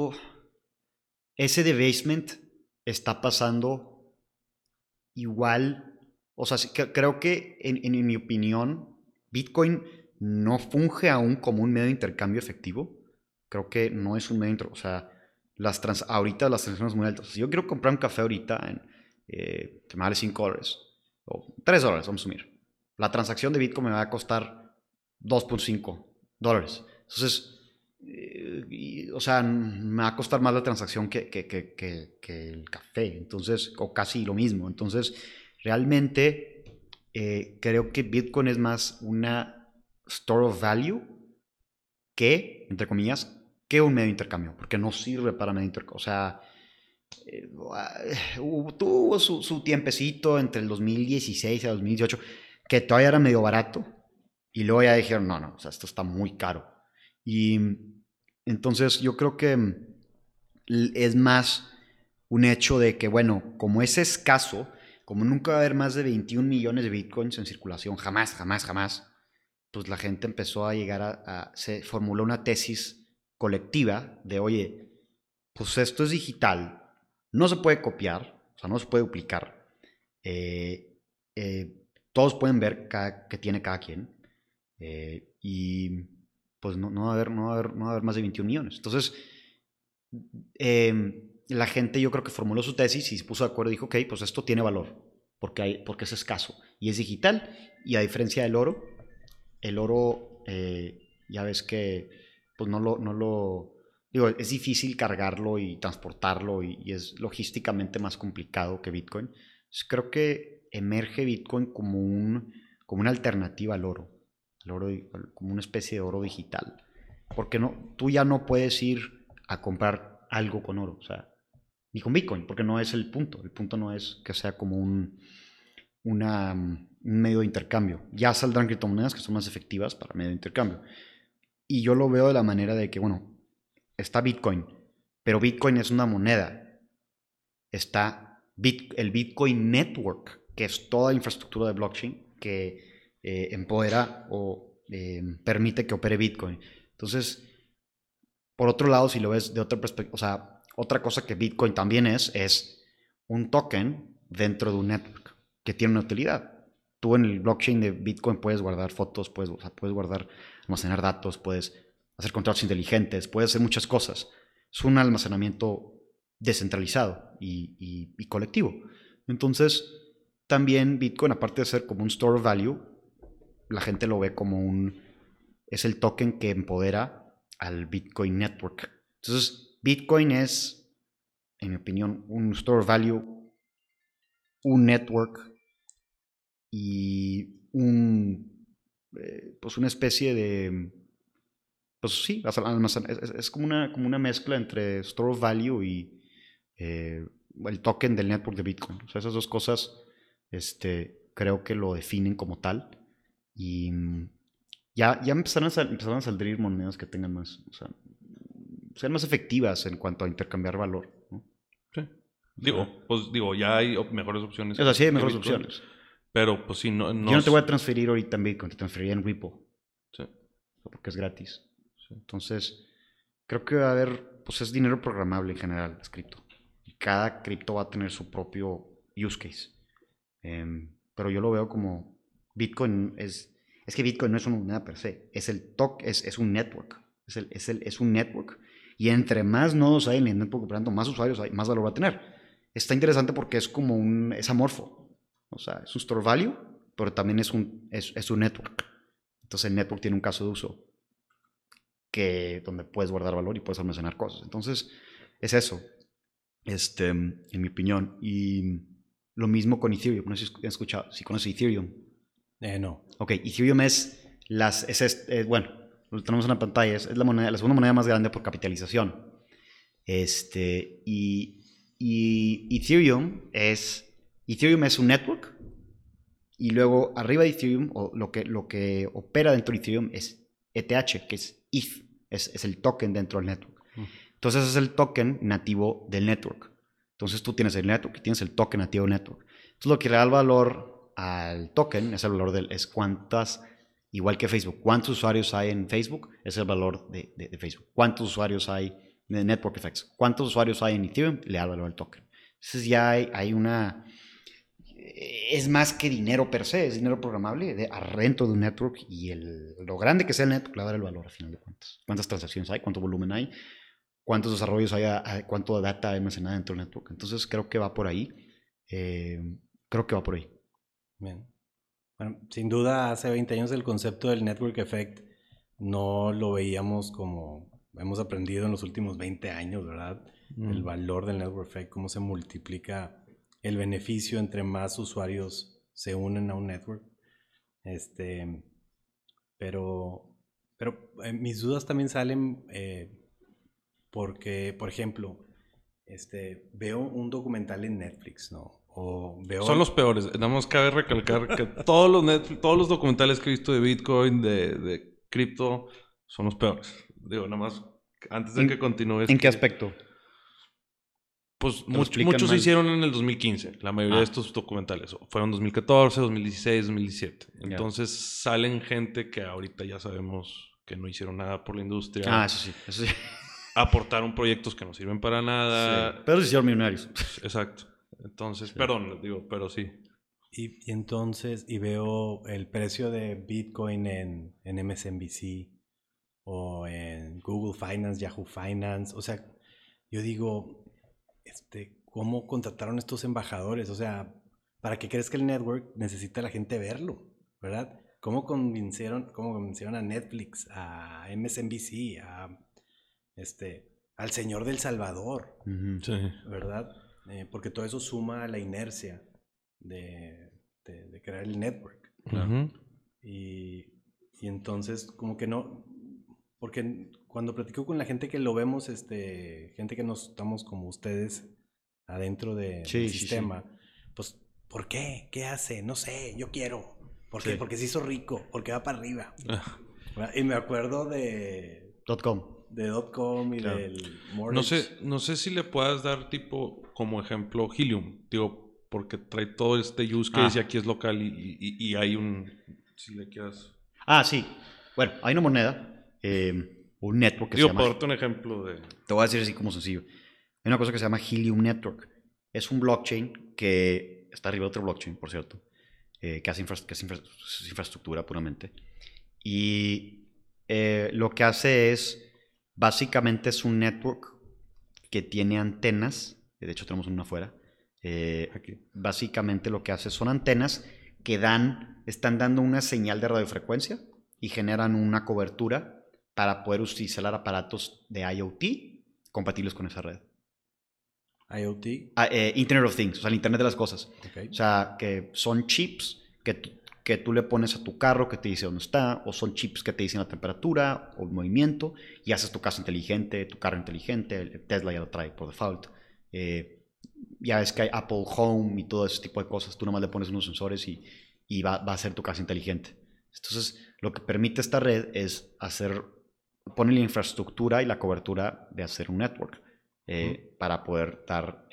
ese debasement está pasando igual, o sea, creo que en mi opinión, Bitcoin no funge aún como un medio de intercambio efectivo. Creo que no es un medio de intercambio, o sea, ahorita las transacciones muy altas. Si yo quiero comprar un café ahorita me vale $5 o $3, vamos a asumir. La transacción de Bitcoin me va a costar $2.5. Entonces, o sea, me va a costar más la transacción que el café. Entonces, o casi lo mismo. Entonces, realmente creo que Bitcoin es más una store of value que, entre comillas, que un medio de intercambio, porque no sirve para medio de intercambio. O sea, tuvo su tiempecito entre el 2016 y el 2018 que todavía era medio barato, Y luego ya dijeron, no, o sea, esto está muy caro. Y entonces yo creo que es más un hecho de que, bueno, como es escaso, como nunca va a haber más de 21 millones de bitcoins en circulación, jamás, pues la gente empezó a llegar se formuló una tesis colectiva de, oye, pues esto es digital, no se puede copiar, o sea, no se puede duplicar, eh, todos pueden ver qué tiene cada quien, y pues no va a haber más de 21 millones. Entonces, la gente yo creo que formuló su tesis y se puso de acuerdo y dijo, ok, pues esto tiene valor, porque es escaso y es digital, y a diferencia del oro, el oro, ya ves que pues digo, es difícil cargarlo y transportarlo y es logísticamente más complicado que Bitcoin. Entonces, creo que emerge Bitcoin como una alternativa al oro, como una especie de oro digital. Porque tú ya no puedes ir a comprar algo con oro, o sea, ni con Bitcoin, porque no es el punto. El punto no es que sea como un medio de intercambio. Ya saldrán criptomonedas que son más efectivas para medio de intercambio. Y yo lo veo de la manera de que, bueno, está Bitcoin, pero Bitcoin es una moneda. Está el Bitcoin Network, que es toda la infraestructura de blockchain que empodera o permite que opere Bitcoin. Entonces, por otro lado, si lo ves de otra perspectiva, o sea, otra cosa que Bitcoin también es un token dentro de un network que tiene una utilidad. Tú en el blockchain de Bitcoin puedes guardar fotos, puedes guardar, almacenar datos, puedes hacer contratos inteligentes, puedes hacer muchas cosas. Es un almacenamiento descentralizado y colectivo. Entonces, también Bitcoin, aparte de ser como un store of value, la gente lo ve como es el token que empodera al Bitcoin Network. Entonces, Bitcoin es, en mi opinión, un store of value, un network y pues una especie de, pues sí, es como una mezcla entre store of value y el token del network de Bitcoin. O sea, esas dos cosas creo que lo definen como tal. Y ya empezaron a salir monedas que tengan más, o sea, sean más efectivas en cuanto a intercambiar valor, ¿no? Sí. Digo, ya hay mejores opciones O sea, sí hay que mejores Bitcoin, opciones. pero pues sí, Yo no te voy a transferir ahorita en Bitcoin, te transferiría en Ripple, Sí, porque es gratis. sí. Entonces, creo que va a haber, pues es dinero programable en general, las cripto. Y cada cripto va a tener su propio use case. Pero yo lo veo como Bitcoin es que Bitcoin no es una moneda per se, es un network, es un network. Y entre más nodos hay en el network operando, más usuarios hay, más valor va a tener. Está interesante porque es amorfo, o sea, es un store value, pero también es un network. Entonces el network tiene un caso de uso donde puedes guardar valor y puedes almacenar cosas. Entonces, es eso, en mi opinión. Y lo mismo con Ethereum. No sé si has escuchado, si conoces Ethereum. No. Ok, Ethereum bueno, lo tenemos en la pantalla, es la segunda moneda más grande por capitalización. Y Ethereum es un network, y luego arriba de Ethereum, o lo que opera dentro de Ethereum es ETH, que es ETH, es el token dentro del network. Entonces es el token nativo del network. Entonces tú tienes el network y tienes el token nativo del network. Entonces lo que le da el valor al token es el valor igual que Facebook, cuántos usuarios hay en Facebook es el valor de Facebook. Cuántos usuarios hay de Network Effects, cuántos usuarios hay en Ethereum le da el valor al token. Entonces ya hay es más que dinero per se, es dinero programable dentro de un network, y lo grande que sea el network le va a dar el valor al final de cuentas. ¿Cuántas transacciones hay? ¿Cuánto volumen hay? ¿Cuántos desarrollos hay? ¿Cuánto data hay almacenada dentro del network? Entonces creo que va por ahí. Creo que va por ahí. Bien. Bueno, sin duda hace 20 años el concepto del network effect no lo veíamos como hemos aprendido en los últimos 20 años, ¿verdad? El valor del network effect, cómo se multiplica el beneficio entre más usuarios se unen a un network. Pero mis dudas también salen porque, por ejemplo, veo un documental en Netflix, ¿no? o veo... Son los peores. Nada más cabe recalcar que todos los documentales que he visto de Bitcoin, de cripto, son los peores. Digo, nada más, antes de que continúes... ¿En qué aspecto? Pues ¿Te lo explican muchos se mal? hicieron en el 2015, la mayoría de estos documentales. Fueron 2014, 2016, 2017. Entonces salen gente que ahorita ya sabemos que no hicieron nada por la industria. Ah, eso sí. Aportaron proyectos que no sirven para nada. Sí. Pero se hicieron millonarios. Exacto. Entonces, Sí. perdón, digo, pero sí. Y entonces, y veo el precio de Bitcoin en MSNBC o en Google Finance, Yahoo Finance. O sea, yo digo, ¿cómo contrataron estos embajadores? O sea, ¿para qué crees que el network necesita la gente verlo? ¿Verdad? ¿Cómo convencieron a Netflix, a MSNBC, al señor del Salvador? Sí. ¿Verdad? Porque todo eso suma a la inercia de crear el network. Claro. Y entonces, como que no, porque cuando platico con la gente que lo vemos, gente que no estamos como ustedes adentro del sistema, pues, ¿por qué? ¿Qué hace? No sé, yo quiero. ¿Por qué? Porque se hizo rico, porque va para arriba. Y me acuerdo de .com. De .com y claro. del mortgage. No sé si le puedas dar tipo como ejemplo Helium, digo, porque trae todo este use case y aquí es local y hay un, si le quieras... Ah, sí. Bueno, hay una moneda, un network que digo, se llama... para darte un ejemplo de... Te voy a decir así como sencillo. Hay una cosa que se llama Helium Network. Es un blockchain que está arriba de otro blockchain, por cierto, que es infraestructura puramente. Y lo que hace es... Básicamente es un network que tiene antenas. De hecho, tenemos una afuera. Básicamente lo que hace son antenas que están dando una señal de radiofrecuencia y generan una cobertura para poder utilizar aparatos de IoT compatibles con esa red. IoT. Internet of Things, o sea, el Internet de las cosas. Okay. O sea, que son chips que tú le pones a tu carro que te dice dónde está, o son chips que te dicen la temperatura o el movimiento, y haces tu casa inteligente, tu carro inteligente. El Tesla ya lo trae por default. Ya ves que hay Apple Home y todo ese tipo de cosas. Tú nomás le pones unos sensores y va a ser tu casa inteligente. Entonces, lo que permite esta red es poner la infraestructura y la cobertura de hacer un network para poder dar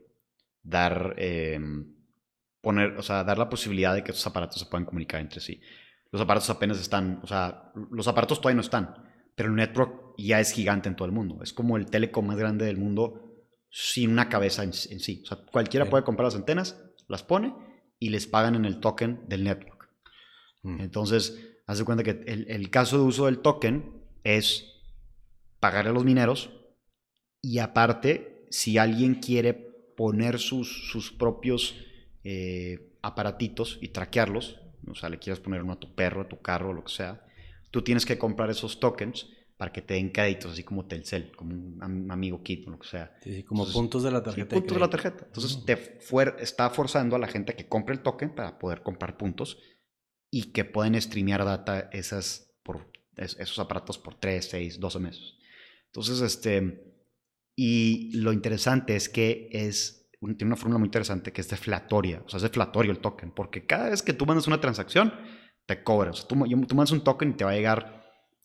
la posibilidad de que estos aparatos se puedan comunicar entre sí. Los aparatos apenas están, o sea, los aparatos todavía no están, pero el network ya es gigante en todo el mundo. Es como el telecom más grande del mundo sin una cabeza en sí. O sea, cualquiera puede comprar las antenas, las pone y les pagan en el token del network. Entonces, haz de cuenta que el caso de uso del token es pagarle a los mineros y aparte, si alguien quiere poner sus propios aparatitos y traquearlos, o sea, le quieres poner uno a tu perro, a tu carro, o lo que sea, tú tienes que comprar esos tokens para que te den créditos, así como Telcel, como un amigo kit, o lo que sea. Sí, como entonces, puntos de la tarjeta. Sí, puntos de la tarjeta. Entonces está forzando a la gente que compre el token para poder comprar puntos y que pueden streamear data esos aparatos por 3, 6, 12 meses. Entonces, y lo interesante es que tiene una fórmula muy interesante que es deflatoria. O sea, es deflatorio el token, porque cada vez que tú mandas una transacción, te cobra. O sea, tú mandas un token y te va a llegar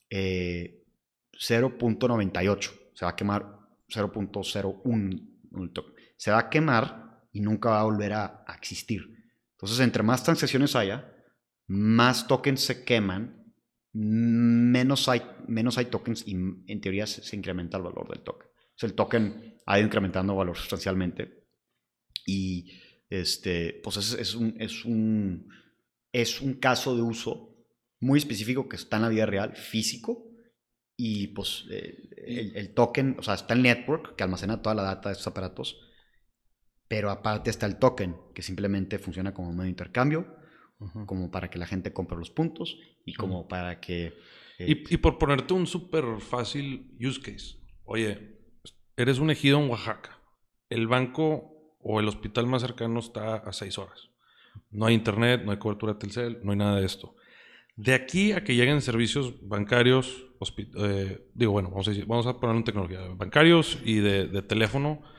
0.98. Se va a quemar 0.01. Se va a quemar y nunca va a volver a existir. Entonces, entre más transacciones haya, más tokens se queman, menos hay tokens y en teoría se incrementa el valor del token. O sea, el token ha ido incrementando valor sustancialmente y pues es un caso de uso muy específico que está en la vida real, físico, y pues el token, o sea, está el network que almacena toda la data de estos aparatos, pero aparte está el token que simplemente funciona como un medio de intercambio, como para que la gente compre los puntos y como para que... Y por ponerte un súper fácil use case, oye, eres un ejido en Oaxaca, el banco o el hospital más cercano está a 6 horas, no hay internet, no hay cobertura de Telcel, no hay nada de esto. De aquí a que lleguen servicios bancarios, vamos a ponerlo en tecnología, bancarios y de teléfono,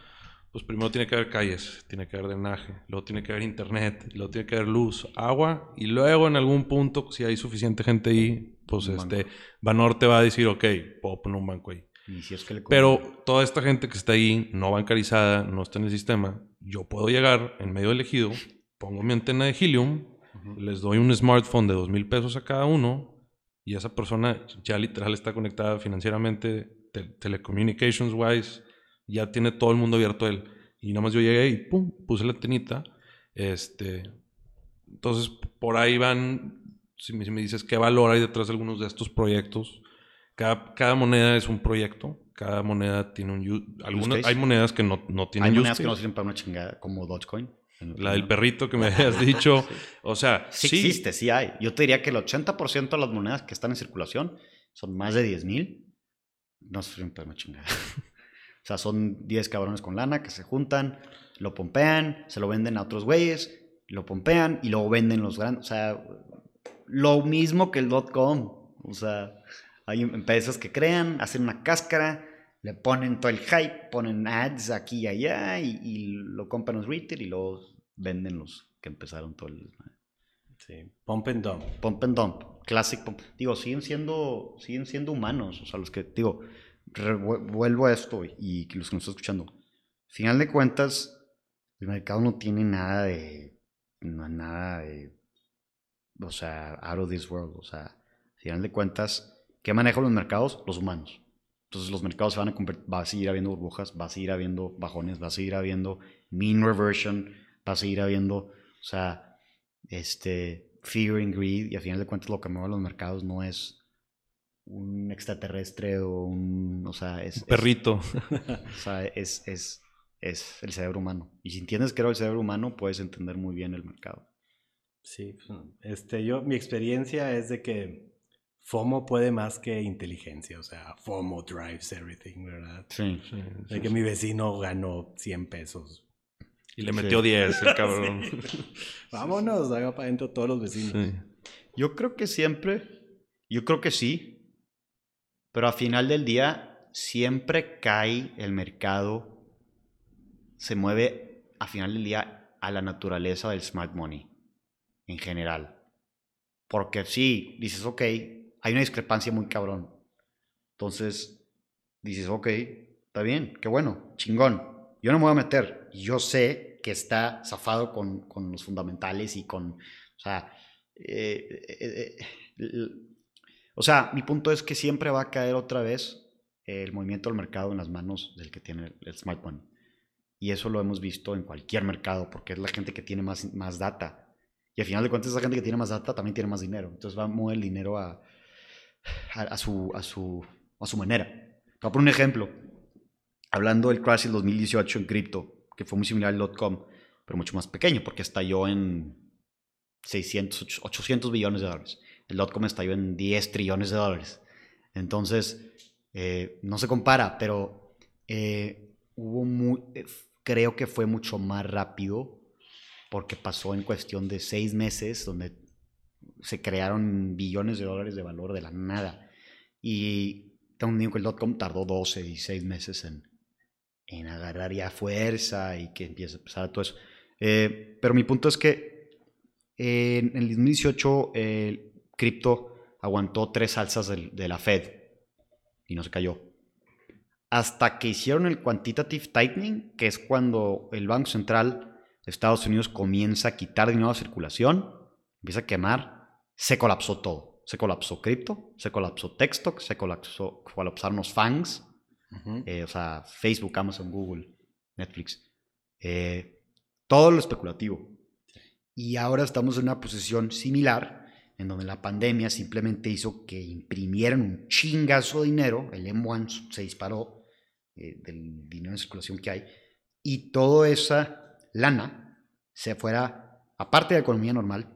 pues primero tiene que haber calles, tiene que haber drenaje, luego tiene que haber internet, luego tiene que haber luz, agua, y luego en algún punto, si hay suficiente gente ahí, pues Banorte va a decir, ok, puedo poner un banco ahí. Y si es que Pero toda esta gente que está ahí, no bancarizada, no está en el sistema, yo puedo llegar en medio del ejido, pongo mi antena de Helium, les doy un smartphone de $2,000 a cada uno, y esa persona ya literal está conectada financieramente, telecommunications wise, ya tiene todo el mundo abierto a él. Y nada más yo llegué y pum, puse la antenita. Entonces, por ahí van, si me dices qué valor hay detrás de algunos de estos proyectos. Cada moneda es un proyecto. Cada moneda tiene un hay monedas que no tienen hay monedas que no sirven para una chingada, como Dogecoin. La del perrito que me habías dicho. Sí. O sea, sí existe, sí hay. Yo te diría que el 80% de las monedas que están en circulación son más de 10,000. No sirven para una chingada. O sea, son 10 cabrones con lana que se juntan, lo pompean, se lo venden a otros güeyes, lo pompean y luego venden los grandes. O sea, lo mismo que el .com. O sea, hay empresas que crean, hacen una cáscara, le ponen todo el hype, ponen ads aquí y allá y lo compran los retail y luego venden los que empezaron todo el... Sí, pump and dump. Pump and dump, classic pump. Digo, siguen siendo humanos. O sea, los que, digo, vuelvo a esto y que los que nos están escuchando. Al final de cuentas, el mercado no tiene nada de, o sea, out of this world. O sea, al final de cuentas, ¿qué manejan los mercados? Los humanos. Entonces los mercados se van a convertir, va a seguir habiendo burbujas, va a seguir habiendo bajones, va a seguir habiendo mean reversion, va a seguir habiendo, o sea, fear and greed, y al final de cuentas lo que mueve los mercados no es un extraterrestre o un perrito. O sea, es el cerebro humano. Y si entiendes que era el cerebro humano, puedes entender muy bien el mercado. Sí, mi experiencia es de que FOMO puede más que inteligencia, o sea, FOMO drives everything, ¿verdad? Sí. De que mi vecino ganó $100. Y le metió 10 el cabrón. Sí. Vámonos, haga para adentro todos los vecinos. Sí. Yo creo que sí, pero al final del día siempre cae el mercado, se mueve al final del día a la naturaleza del smart money en general. Porque sí, dices, ok, hay una discrepancia muy cabrón. Entonces, dices, ok, está bien, qué bueno, chingón. Yo no me voy a meter. Yo sé que está zafado con los fundamentales y con, o sea, mi punto es que siempre va a caer otra vez el movimiento del mercado en las manos del que tiene el smart money. Y eso lo hemos visto en cualquier mercado, porque es la gente que tiene más data. Y al final de cuentas, esa gente que tiene más data también tiene más dinero. Entonces va a mover el dinero a su manera. Te voy a poner un ejemplo. Hablando del crash del 2018 en cripto, que fue muy similar al .com, pero mucho más pequeño, porque estalló en 800 billones de dólares. El .com estalló en 10 trillones de dólares. Entonces, no se compara, pero creo que fue mucho más rápido porque pasó en cuestión de 6 meses, donde se crearon billones de dólares de valor de la nada. Y tengo que el .com tardó 12 y 6 meses en agarrar ya fuerza y que empiece a pasar todo eso. Pero mi punto es que en el 2018 el cripto aguantó 3 alzas de la Fed y no se cayó. Hasta que hicieron el quantitative tightening, que es cuando el Banco Central de Estados Unidos comienza a quitar dinero de circulación, empieza a quemar, se colapsó todo. Se colapsó cripto, se colapsó TechStock, se colapsaron los FANGs, o sea, Facebook, Amazon, Google, Netflix. Todo lo especulativo. Y ahora estamos en una posición similar, en donde la pandemia simplemente hizo que imprimieran un chingazo de dinero, el M1 se disparó del dinero en circulación que hay, y toda esa lana se fuera, aparte de la economía normal,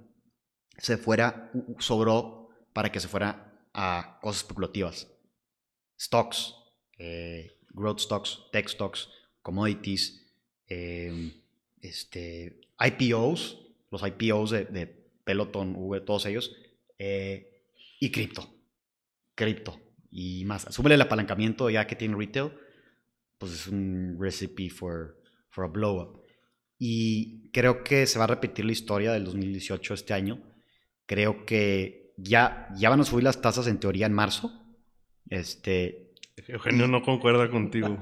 sobró para que se fuera a cosas especulativas. Stocks, growth stocks, tech stocks, commodities, IPOs, los IPOs de Peloton, todos ellos, y cripto y más. Súmele el apalancamiento ya que tiene retail, pues es un recipe for for a blow up. Y creo que se va a repetir la historia del 2018 este año. Creo que ya van a subir las tasas en teoría en marzo. Eugenio no concuerda contigo.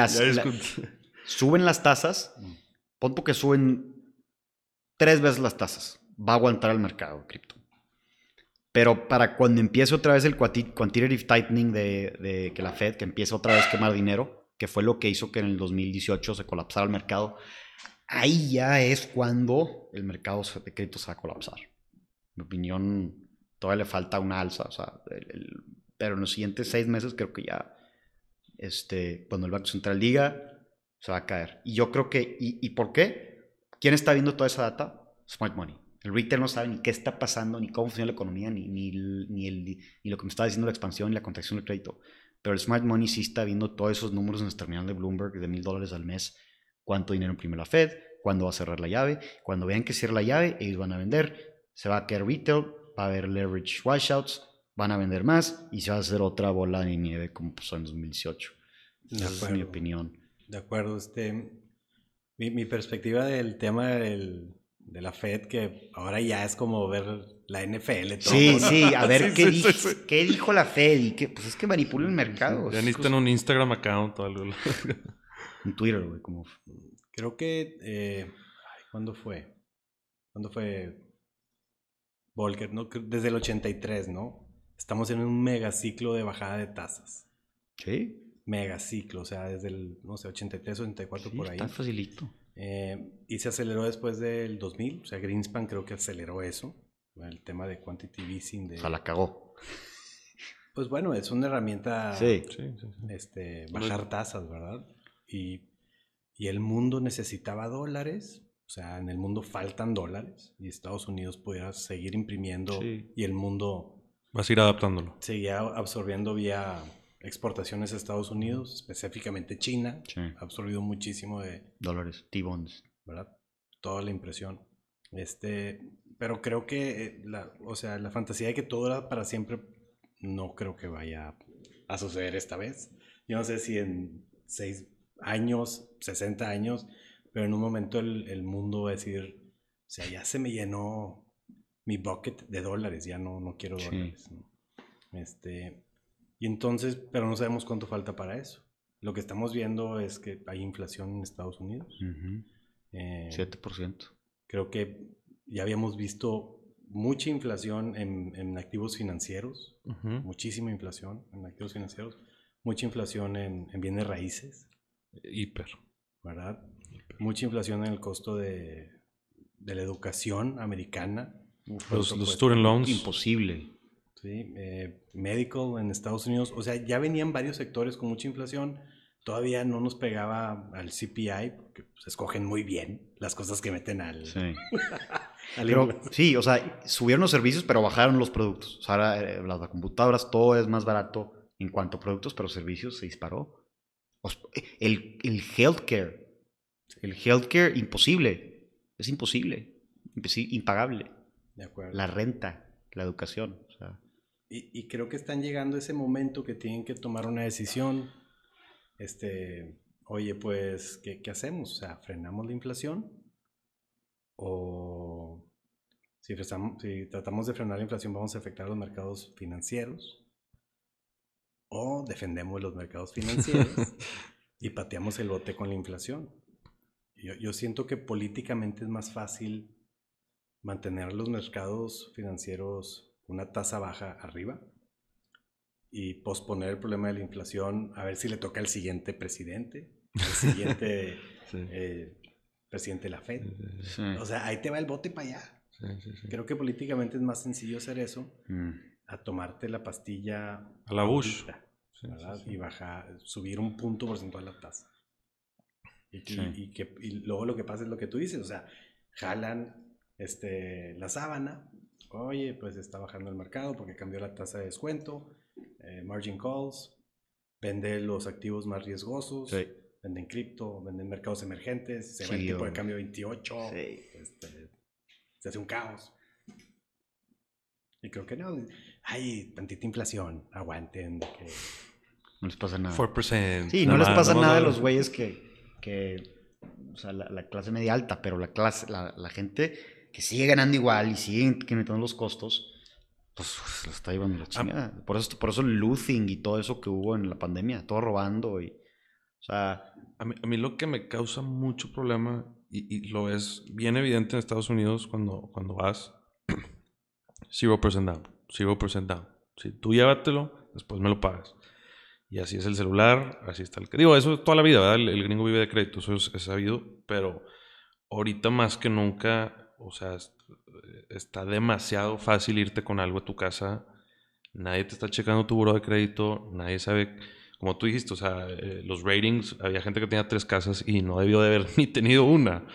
Suben las tasas. Pon que suben 3 veces las tasas. Va a aguantar el mercado de cripto. Pero para cuando empiece otra vez el quantitative tightening de que la Fed, que empiece otra vez a quemar dinero, que fue lo que hizo que en el 2018 se colapsara el mercado, ahí ya es cuando el mercado de cripto se va a colapsar. En mi opinión, todavía le falta una alza. O sea, pero en los siguientes 6 meses creo que ya, cuando el Banco Central diga, se va a caer. Y yo creo que, ¿y por qué? ¿Quién está viendo toda esa data? Smart Money. El retail no sabe ni qué está pasando, ni cómo funciona la economía, ni lo que me está diciendo la expansión y la contracción del crédito. Pero el Smart Money sí está viendo todos esos números en el terminal de Bloomberg de $1,000 al mes. Cuánto dinero imprime la Fed, cuándo va a cerrar la llave. Cuando vean que cierra la llave, ellos van a vender. Se va a caer retail, va a haber leverage washouts, van a vender más y se va a hacer otra bola de nieve como pasó en 2018. Esa es mi opinión. De acuerdo. Mi perspectiva del tema de la Fed, que ahora ya es como ver la NFL. Todo. Sí, a ver qué dijo la Fed y pues es que manipula el mercado. Ya necesitan un Instagram account o algo. Un Twitter, güey, como... Creo que... ¿Cuándo fue? Volcker, ¿no? Desde el 83, ¿no? Estamos en un megaciclo de bajada de tasas. ¿Sí? Megaciclo, o sea, desde el, 83, 84, sí, por ahí. Está facilito. Y se aceleró después del 2000, o sea, Greenspan creo que aceleró eso, el tema de quantitative easing. O sea, la cagó. Pues bueno, es una herramienta, sí. Bajar tasas, ¿verdad? Y el mundo necesitaba dólares, o sea, en el mundo faltan dólares, y Estados Unidos pudiera seguir imprimiendo, y el mundo... Vas a ir adaptándolo. Seguía absorbiendo vía... exportaciones a Estados Unidos, específicamente China, ha absorbido muchísimo de... dólares, T-bonds. ¿Verdad? Toda la impresión. Pero creo que, la fantasía de que todo era para siempre, no creo que vaya a suceder esta vez. Yo no sé si en 6 años, 60 años, pero en un momento el mundo va a decir, o sea, ya se me llenó mi bucket de dólares, ya no quiero dólares, ¿no? Y entonces, pero no sabemos cuánto falta para eso. Lo que estamos viendo es que hay inflación en Estados Unidos. 7%. Creo que ya habíamos visto mucha inflación en activos financieros. Muchísima inflación en activos financieros. Mucha inflación en bienes raíces. Hiper. ¿Verdad? Mucha inflación en el costo de la educación americana. Los student loans. Imposible. Sí, medical en Estados Unidos, o sea, ya venían varios sectores con mucha inflación, todavía no nos pegaba al CPI, porque pues, escogen muy bien las cosas que meten al... Sí. Sí, o sea, subieron los servicios, pero bajaron los productos. O sea, ahora las computadoras, todo es más barato en cuanto a productos, pero servicios se disparó. El healthcare, imposible, es imposible, impagable. De acuerdo. La renta, la educación, o sea... Y creo que están llegando a ese momento que tienen que tomar una decisión. Oye, pues, ¿qué hacemos? O sea, ¿frenamos la inflación? O si tratamos de frenar la inflación, vamos a afectar los mercados financieros. O defendemos los mercados financieros y pateamos el bote con la inflación. Yo siento que políticamente es más fácil mantener los mercados financieros una tasa baja arriba y posponer el problema de la inflación a ver si le toca al siguiente presidente, al siguiente presidente de la Fed. Sí. O sea, ahí te va el bote para allá. Sí. Creo que políticamente es más sencillo hacer eso a tomarte la pastilla a la Bush, y subir un punto porcentual la tasa. Y luego lo que pasa es lo que tú dices, o sea, jalan la sábana. Oye, pues está bajando el mercado porque cambió la tasa de descuento, margin calls, vende los activos más riesgosos, venden cripto, venden mercados emergentes, se va el tipo de cambio 28, se hace un caos. Y creo que no, hay tantita inflación, aguanten. No les pasa nada. 4%. Sí, no les pasa nada a los güeyes que o sea, la clase media alta, pero la gente que sigue ganando igual y sigue incrementando los costos, pues lo está llevando la chingada. Por eso el looting y todo eso que hubo en la pandemia, todo robando y, o sea... A mí lo que me causa mucho problema, y lo es bien evidente en Estados Unidos cuando vas, 0% down, 0% down. Si tú llévatelo, después me lo pagas. Y así es el celular, así está el... Digo, eso es toda la vida, ¿verdad? El gringo vive de crédito, eso es sabido, pero ahorita más que nunca, o sea, está demasiado fácil irte con algo a tu casa. Nadie te está checando tu buró de crédito, nadie sabe, como tú dijiste, o sea, los ratings, había gente que tenía 3 casas y no debió de haber ni tenido una.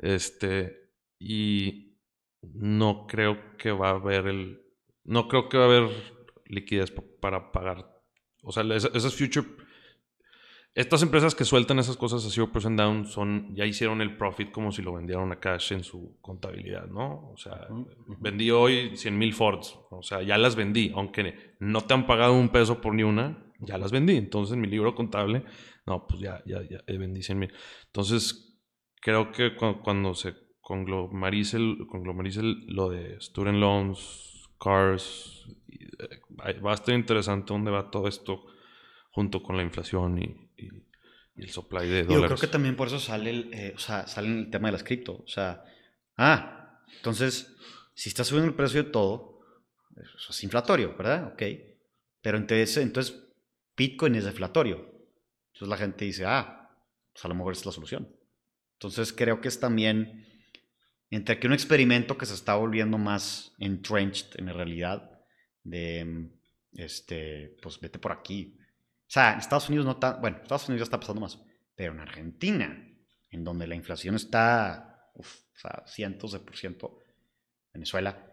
Y no creo que va a haber no creo que va a haber liquidez para pagar. O sea, esas future, estas empresas que sueltan esas cosas a 0% down ya hicieron el profit como si lo vendieron a cash en su contabilidad, ¿no? O sea, vendí hoy 100,000 Fords, o sea, ya las vendí, aunque no te han pagado un peso por ni una, ya las vendí. Entonces, en mi libro contable, no, pues ya vendí 100,000. Entonces, creo que cuando se conglomerice lo de student loans, cars, va a estar interesante dónde va todo esto junto con la inflación y el supply de Yo dólares. creo que también por eso sale el tema de las cripto. O sea, entonces, si está subiendo el precio de todo, eso es inflatorio, ¿verdad? Ok. Pero entonces Bitcoin es deflatorio. Entonces la gente dice, pues a lo mejor es la solución. Entonces creo que es también entre que un experimento que se está volviendo más entrenched en la realidad de, pues vete por aquí. O sea, en Estados Unidos no tan, bueno, Estados Unidos ya está pasando más, pero en Argentina, en donde la inflación está, o sea, cientos de por ciento, Venezuela,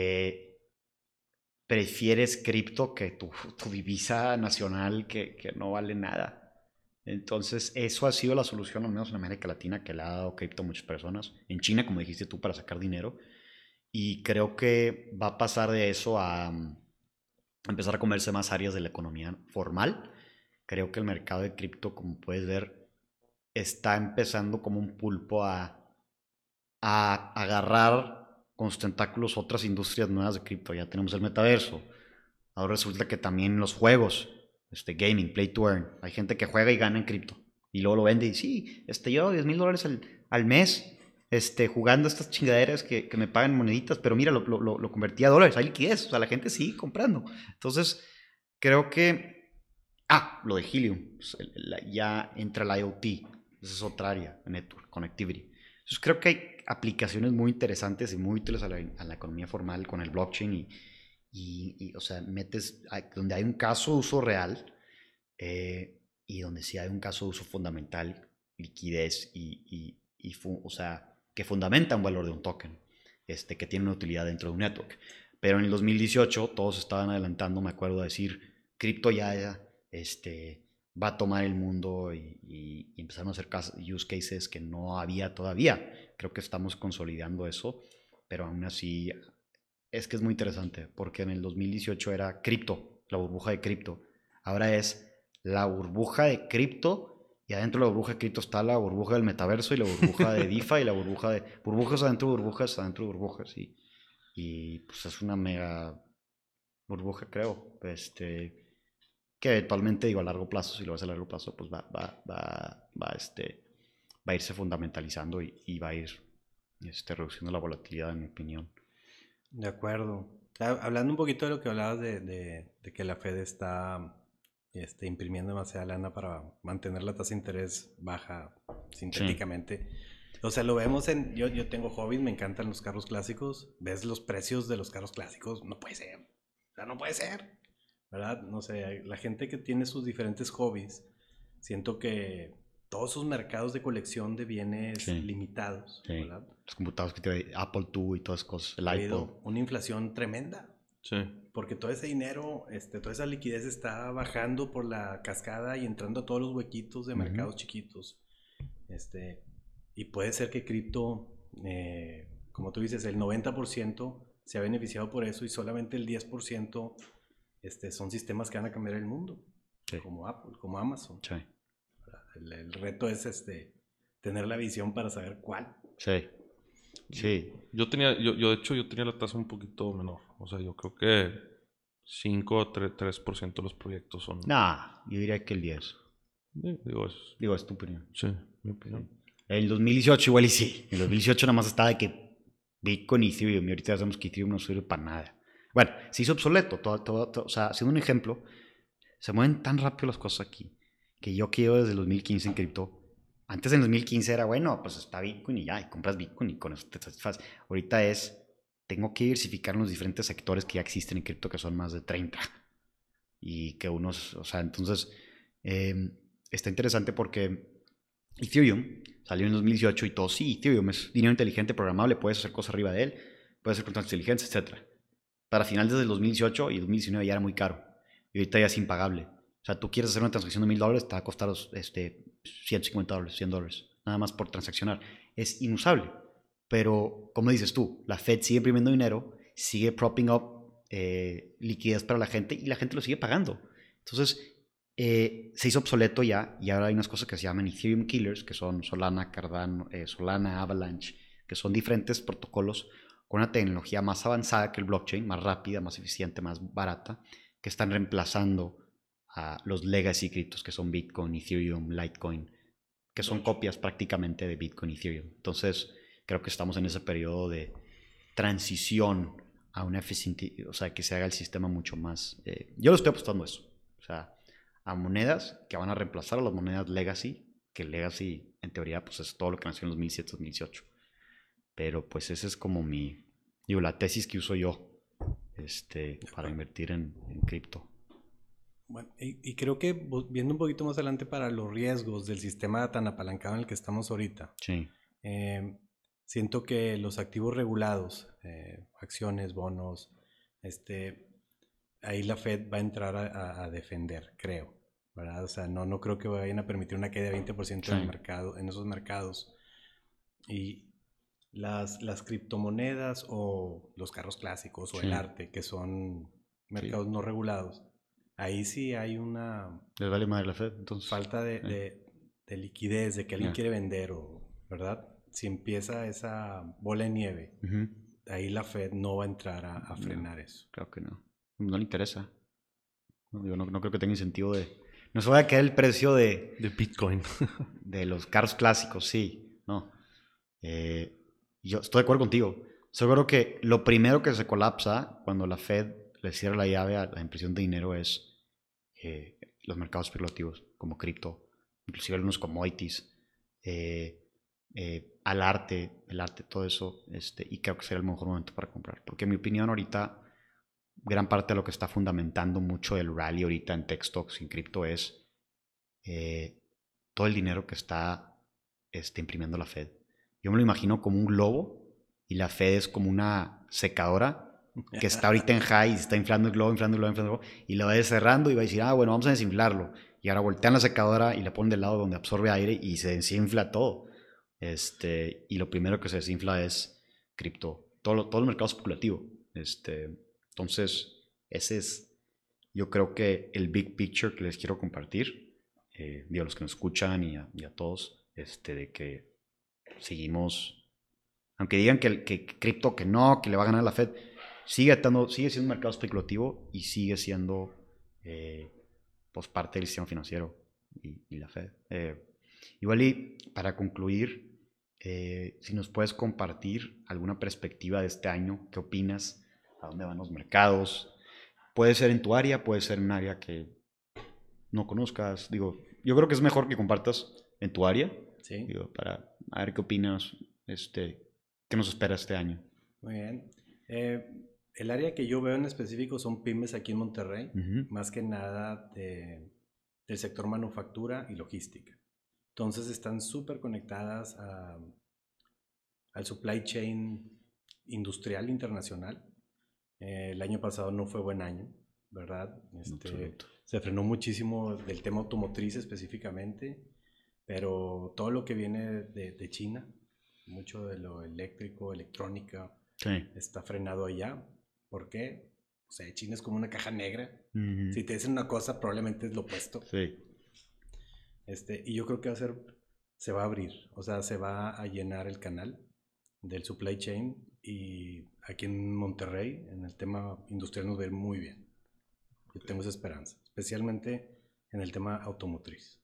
prefieres cripto que tu divisa nacional que no vale nada. Entonces, eso ha sido la solución, al menos en América Latina, que le ha dado cripto a muchas personas. En China, como dijiste tú, para sacar dinero. Y creo que va a pasar de eso a empezar a comerse más áreas de la economía formal. Creo que el mercado de cripto, como puedes ver, está empezando como un pulpo a agarrar con sus tentáculos otras industrias nuevas de cripto. Ya tenemos el metaverso. Ahora resulta que también los juegos, gaming, play to earn, hay gente que juega y gana en cripto. Y luego lo vende y sí, yo $10,000 al mes jugando estas chingaderas que me pagan moneditas, pero mira, lo convertí a dólares, hay liquidez, o sea, la gente sigue comprando. Entonces, creo que, lo de Helium, pues, ya entra el IoT, esa es otra área, network, connectivity. Entonces, creo que hay aplicaciones muy interesantes y muy útiles a la economía formal con el blockchain y o sea, metes donde hay un caso de uso real y donde sí hay un caso de uso fundamental, liquidez o sea, que fundamenta un valor de un token, que tiene una utilidad dentro de un network. Pero en el 2018 todos estaban adelantando, me acuerdo, de decir, cripto ya va a tomar el mundo y empezaron a hacer use cases que no había todavía. Creo que estamos consolidando eso, pero aún así es que es muy interesante, porque en el 2018 era cripto, la burbuja de cripto. Ahora es la burbuja de cripto y adentro de la burbuja de cripto está la burbuja del metaverso y la burbuja de DeFi y la burbuja de burbujas adentro de burbujas adentro de burbujas. Y pues es una mega burbuja, creo. Que eventualmente, digo, a largo plazo, si lo ves a largo plazo, pues va a irse fundamentalizando y va a ir reduciendo la volatilidad, en mi opinión. De acuerdo. Hablando un poquito de lo que hablabas de que la Fed está imprimiendo demasiada lana para mantener la tasa de interés baja sintéticamente. Sí. O sea, lo vemos yo tengo hobbies, me encantan los carros clásicos. Ves los precios de los carros clásicos, no puede ser. O sea, no puede ser. ¿Verdad? No sé, la gente que tiene sus diferentes hobbies, siento que todos sus mercados de colección de bienes limitados, ¿verdad? Los computadores que tiene Apple II y todas esas cosas, el iPod. Una inflación tremenda. Sí. Porque todo ese dinero, toda esa liquidez está bajando por la cascada y entrando a todos los huequitos de mercados chiquitos. Y puede ser que cripto, como tú dices, el 90% se ha beneficiado por eso y solamente el 10% son sistemas que van a cambiar el mundo. Sí. Como Apple, como Amazon. Sí. El reto es tener la visión para saber cuál. Sí. Sí. Yo de hecho, yo tenía la tasa un poquito menor. O sea, yo creo que 5 o 3% de los proyectos son... Nah, yo diría que el 10. Digo, Es tu opinión. sí, mi opinión. En 2018 igual y sí. En 2018 nada más estaba de que Bitcoin y Ethereum. Y ahorita ya sabemos que Ethereum no sirve para nada. Bueno, se hizo obsoleto. O sea, haciendo un ejemplo, se mueven tan rápido las cosas aquí que yo que llevo desde el 2015 en cripto. Antes en 2015 era bueno, pues está Bitcoin y ya, y compras Bitcoin y con eso te satisfaces. Ahorita tengo que diversificar en los diferentes sectores que ya existen en cripto, que son más de 30. Y que unos, o sea, entonces está interesante porque Ethereum salió en 2018 y todo, sí, Ethereum es dinero inteligente, programable, puedes hacer cosas arriba de él, puedes hacer contratos inteligentes, etc. Para finales del 2018 y 2019 ya era muy caro y ahorita ya es impagable. O sea, tú quieres hacer una transacción de $1,000, te va a costar $150, $100, nada más por transaccionar. Es inusable. Pero, como dices tú, la Fed sigue imprimiendo dinero, sigue propping up liquidez para la gente y la gente lo sigue pagando. Entonces, se hizo obsoleto ya y ahora hay unas cosas que se llaman Ethereum Killers, que son Solana, Cardano, Solana, Avalanche, que son diferentes protocolos con una tecnología más avanzada que el blockchain, más rápida, más eficiente, más barata, que están reemplazando a los legacy criptos que son Bitcoin, Ethereum, Litecoin, que son copias prácticamente de Bitcoin y Ethereum. Entonces, creo que estamos en ese periodo de transición a una eficiente, o sea, que se haga el sistema mucho más... yo lo estoy apostando a eso. O sea, a monedas que van a reemplazar a las monedas legacy, que legacy en teoría pues es todo lo que nació en 2007-2018. Pero pues esa es como la tesis que uso yo para invertir en cripto. Bueno, y creo que viendo un poquito más adelante para los riesgos del sistema tan apalancado en el que estamos ahorita, Sí. Siento que los activos regulados, acciones, bonos, ahí la Fed va a entrar a defender, creo, ¿verdad? O sea, no creo que vayan a permitir una caída de 20% en el mercado, en esos mercados. Y las criptomonedas o los carros clásicos o el arte, que son mercados no regulados, ahí sí hay una... Les vale madre la Fed, entonces... Falta de liquidez, de que alguien quiere vender, ¿verdad? Si empieza esa bola de nieve, ahí la Fed no va a entrar a frenar eso. Creo que no. No le interesa. No creo que tenga incentivo de... No se vaya a caer el precio de Bitcoin. de los carros clásicos, sí. No. Yo estoy de acuerdo contigo. Seguro que lo primero que se colapsa cuando la Fed le cierra la llave a la impresión de dinero es los mercados especulativos, como cripto, inclusive algunos commodities, el arte, todo eso, y creo que será el mejor momento para comprar. Porque en mi opinión ahorita, gran parte de lo que está fundamentando mucho el rally ahorita en tech stocks y en cripto es todo el dinero que está imprimiendo la Fed. Yo me lo imagino como un globo y la Fed es como una secadora que está ahorita en high y se está inflando el globo, y lo va a ir cerrando y va a decir, bueno, vamos a desinflarlo. Y ahora voltean la secadora y la ponen del lado donde absorbe aire y se desinfla todo. Y lo primero que se desinfla es cripto, todo el mercado especulativo. Entonces, ese es, yo creo que el big picture que les quiero compartir, a los que nos escuchan y a todos, de que seguimos, aunque digan que cripto, que no, que le va a ganar la Fed, sigue siendo un mercado especulativo y sigue siendo pues parte del sistema financiero y la Fed. Igual y para concluir, si nos puedes compartir alguna perspectiva de este año, ¿qué opinas? ¿A dónde van los mercados? Puede ser en tu área, puede ser en un área que no conozcas. Digo, yo creo que es mejor que compartas en tu área. Sí. Digo, para ver qué opinas, qué nos espera este año. Muy bien. El área que yo veo en específico son pymes aquí en Monterrey, más que nada del sector manufactura y logística. Entonces están súper conectadas al supply chain industrial internacional. El año pasado no fue buen año, ¿verdad? Se frenó muchísimo del tema automotriz específicamente, pero todo lo que viene de China, mucho de lo eléctrico, electrónica, está frenado allá. ¿Por qué? O sea, China es como una caja negra. Si te dicen una cosa, probablemente es lo opuesto. Sí. Y yo creo que va a ser se va a abrir, o sea, se va a llenar el canal del supply chain y aquí en Monterrey, en el tema industrial nos va a ir muy bien. Yo tengo esa esperanza, especialmente en el tema automotriz.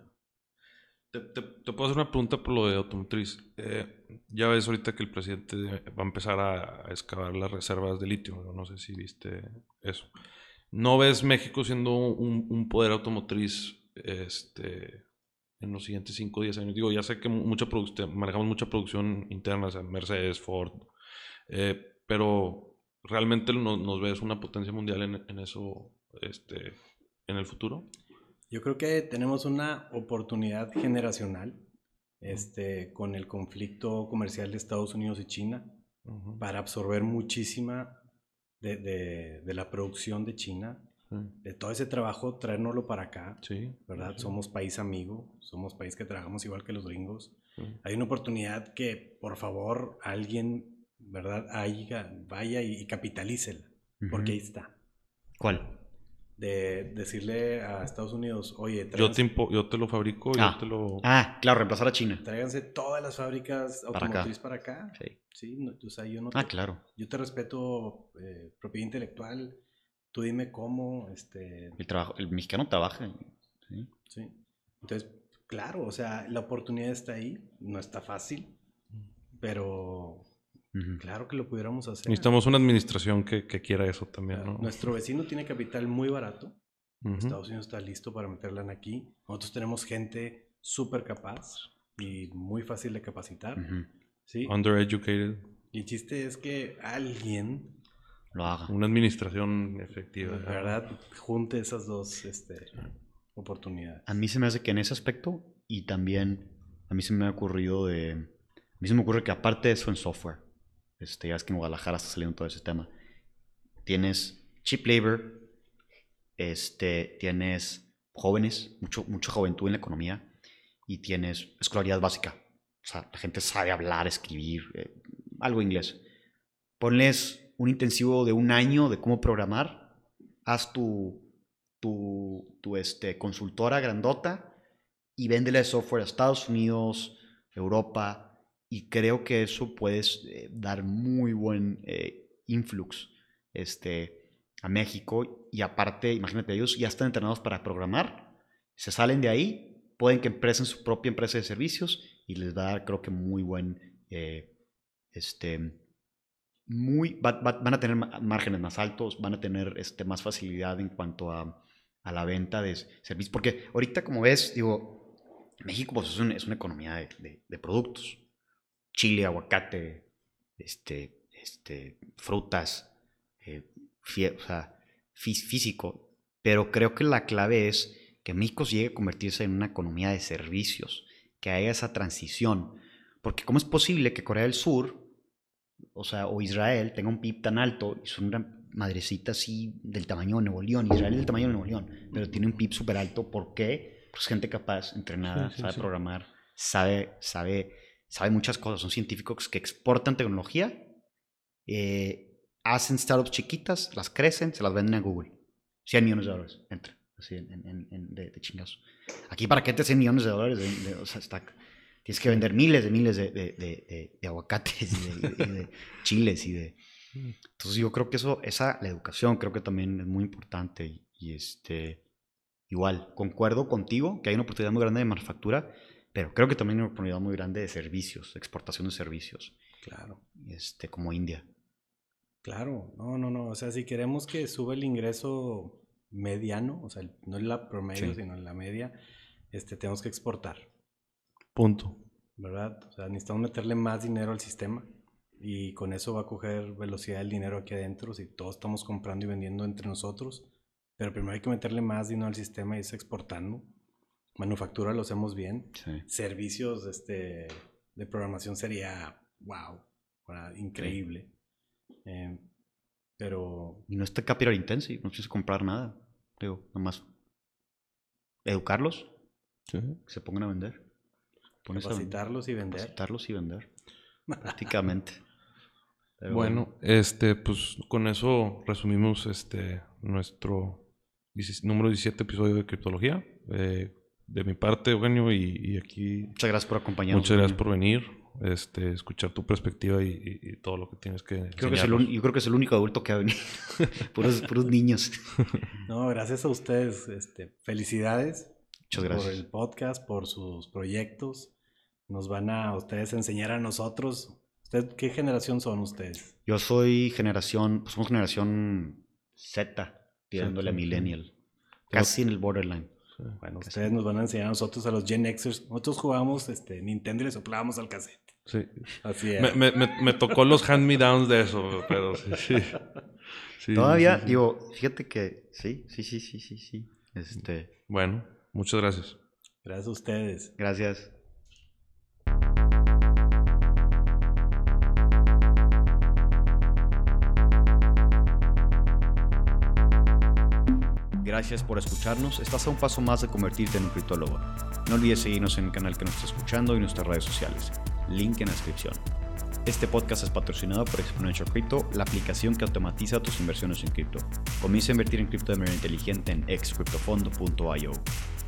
Te puedo hacer una pregunta por lo de automotriz. Ya ves ahorita que el presidente va a empezar a excavar las reservas de litio. No sé si viste eso. ¿No ves México siendo un poder automotriz en los siguientes 5 o 10 años? Digo, ya sé que manejamos mucha producción interna, o sea, Mercedes, Ford, pero ¿realmente nos ves una potencia mundial en eso en el futuro? Yo creo que tenemos una oportunidad generacional con el conflicto comercial de Estados Unidos y China para absorber muchísima de la producción de China, de todo ese trabajo, traérnoslo para acá, ¿verdad? Sí. Somos país amigo, somos país que trabajamos igual que los gringos. Hay una oportunidad que, por favor, alguien, ¿verdad? Vaya y capitalícela, porque ahí está. ¿Cuál? De decirle a Estados Unidos, oye, yo te lo fabrico, yo te lo... claro, reemplazar a China. Tráiganse todas las fábricas automotrices para acá. Sí, no, o sea, yo no claro. Yo te respeto propiedad intelectual, tú dime cómo, el mexicano trabaja. Sí. Entonces, claro, o sea, la oportunidad está ahí, no está fácil, pero... Claro que lo pudiéramos hacer. Necesitamos una administración que quiera eso también, ¿no? Nuestro vecino tiene capital muy barato. Estados Unidos está listo para meterla en aquí. Nosotros tenemos gente súper capaz y muy fácil de capacitar. ¿Sí? Undereducated. Y el chiste es que alguien lo haga. Una administración efectiva. La verdad, junte esas dos oportunidades. A mí se me hace que en ese aspecto, y también a mí se me ha ocurrido que aparte de eso en software, ya es que en Guadalajara está saliendo todo ese tema. Tienes cheap labor, tienes jóvenes, mucha juventud en la economía, y tienes escolaridad básica. O sea, la gente sabe hablar, escribir, algo inglés. Ponles un intensivo de 1 año de cómo programar, haz tu consultora grandota y véndele software a Estados Unidos, Europa. Y creo que eso puedes dar muy buen influx a México. Y aparte, imagínate, ellos ya están entrenados para programar. Se salen de ahí, pueden que empresen su propia empresa de servicios y les va a dar, creo que, muy buen... van a tener márgenes más altos, van a tener más facilidad en cuanto a la venta de servicios. Porque ahorita, como ves, digo, México pues, es una economía de productos. Chile, aguacate, frutas, o sea, físico. Pero creo que la clave es que México llegue a convertirse en una economía de servicios, que haya esa transición. Porque ¿cómo es posible que Corea del Sur, o Israel, tenga un PIB tan alto y son una madrecita así del tamaño de Nuevo León? Israel es del tamaño de Nuevo León, pero tiene un PIB súper alto. ¿Por qué? Pues gente capaz, entrenada, sabe programar, sabe muchas cosas. Son científicos que exportan tecnología, hacen startups chiquitas, las crecen, se las venden a Google. $100 millones entra, así de chingazo. Aquí, ¿para qué te $100 millones? O sea, tienes que vender miles de aguacates y de chiles y de... Entonces yo creo que la educación creo que también es muy importante y igual, concuerdo contigo que hay una oportunidad muy grande de manufactura, pero creo que también hay una oportunidad muy grande de servicios, de exportación de servicios. Claro. Como India. Claro, no. O sea, si queremos que suba el ingreso mediano, o sea, no en la promedio, sino en la media, tenemos que exportar. Punto. ¿Verdad? O sea, necesitamos meterle más dinero al sistema y con eso va a coger velocidad el dinero aquí adentro si todos estamos comprando y vendiendo entre nosotros. Pero primero hay que meterle más dinero al sistema y es exportando. Manufactura lo hacemos bien. Sí. Servicios de programación sería wow, increíble. Sí. Pero... Y no está capital intensive, no tienes que comprar nada. Digo, nomás educarlos, que se pongan a vender. Capacitarlos y vender. Capacitarlos y vender. Prácticamente. Pero bueno, pues con eso resumimos nuestro número 17 episodio de Criptología. de mi parte, Eugenio, y aquí... Muchas gracias por acompañarnos. Muchas gracias por venir, escuchar tu perspectiva y todo lo que tienes que yo enseñarnos. creo que es el único adulto que ha venido. puros niños. No, gracias a ustedes. Felicidades. Muchas gracias. Por el podcast, por sus proyectos. Nos van a ustedes enseñar a nosotros. ¿Qué generación son ustedes? Yo soy somos generación Z, tirándole a millennial. Casi en el borderline. Bueno, ustedes nos van a enseñar a nosotros, a los Gen Xers. Nosotros jugábamos Nintendo y le soplábamos al cassette. Sí. Así es. Me tocó los hand-me-downs de eso, pero sí. Todavía, Sí. digo, fíjate que sí. Bueno, muchas gracias. Gracias a ustedes. Gracias. Gracias por escucharnos. Estás a un paso más de convertirte en un criptólogo. No olvides seguirnos en el canal que nos está escuchando y nuestras redes sociales. Link en la descripción. Este podcast es patrocinado por Exponential Crypto, la aplicación que automatiza tus inversiones en cripto. Comienza a invertir en cripto de manera inteligente en excryptofondo.io.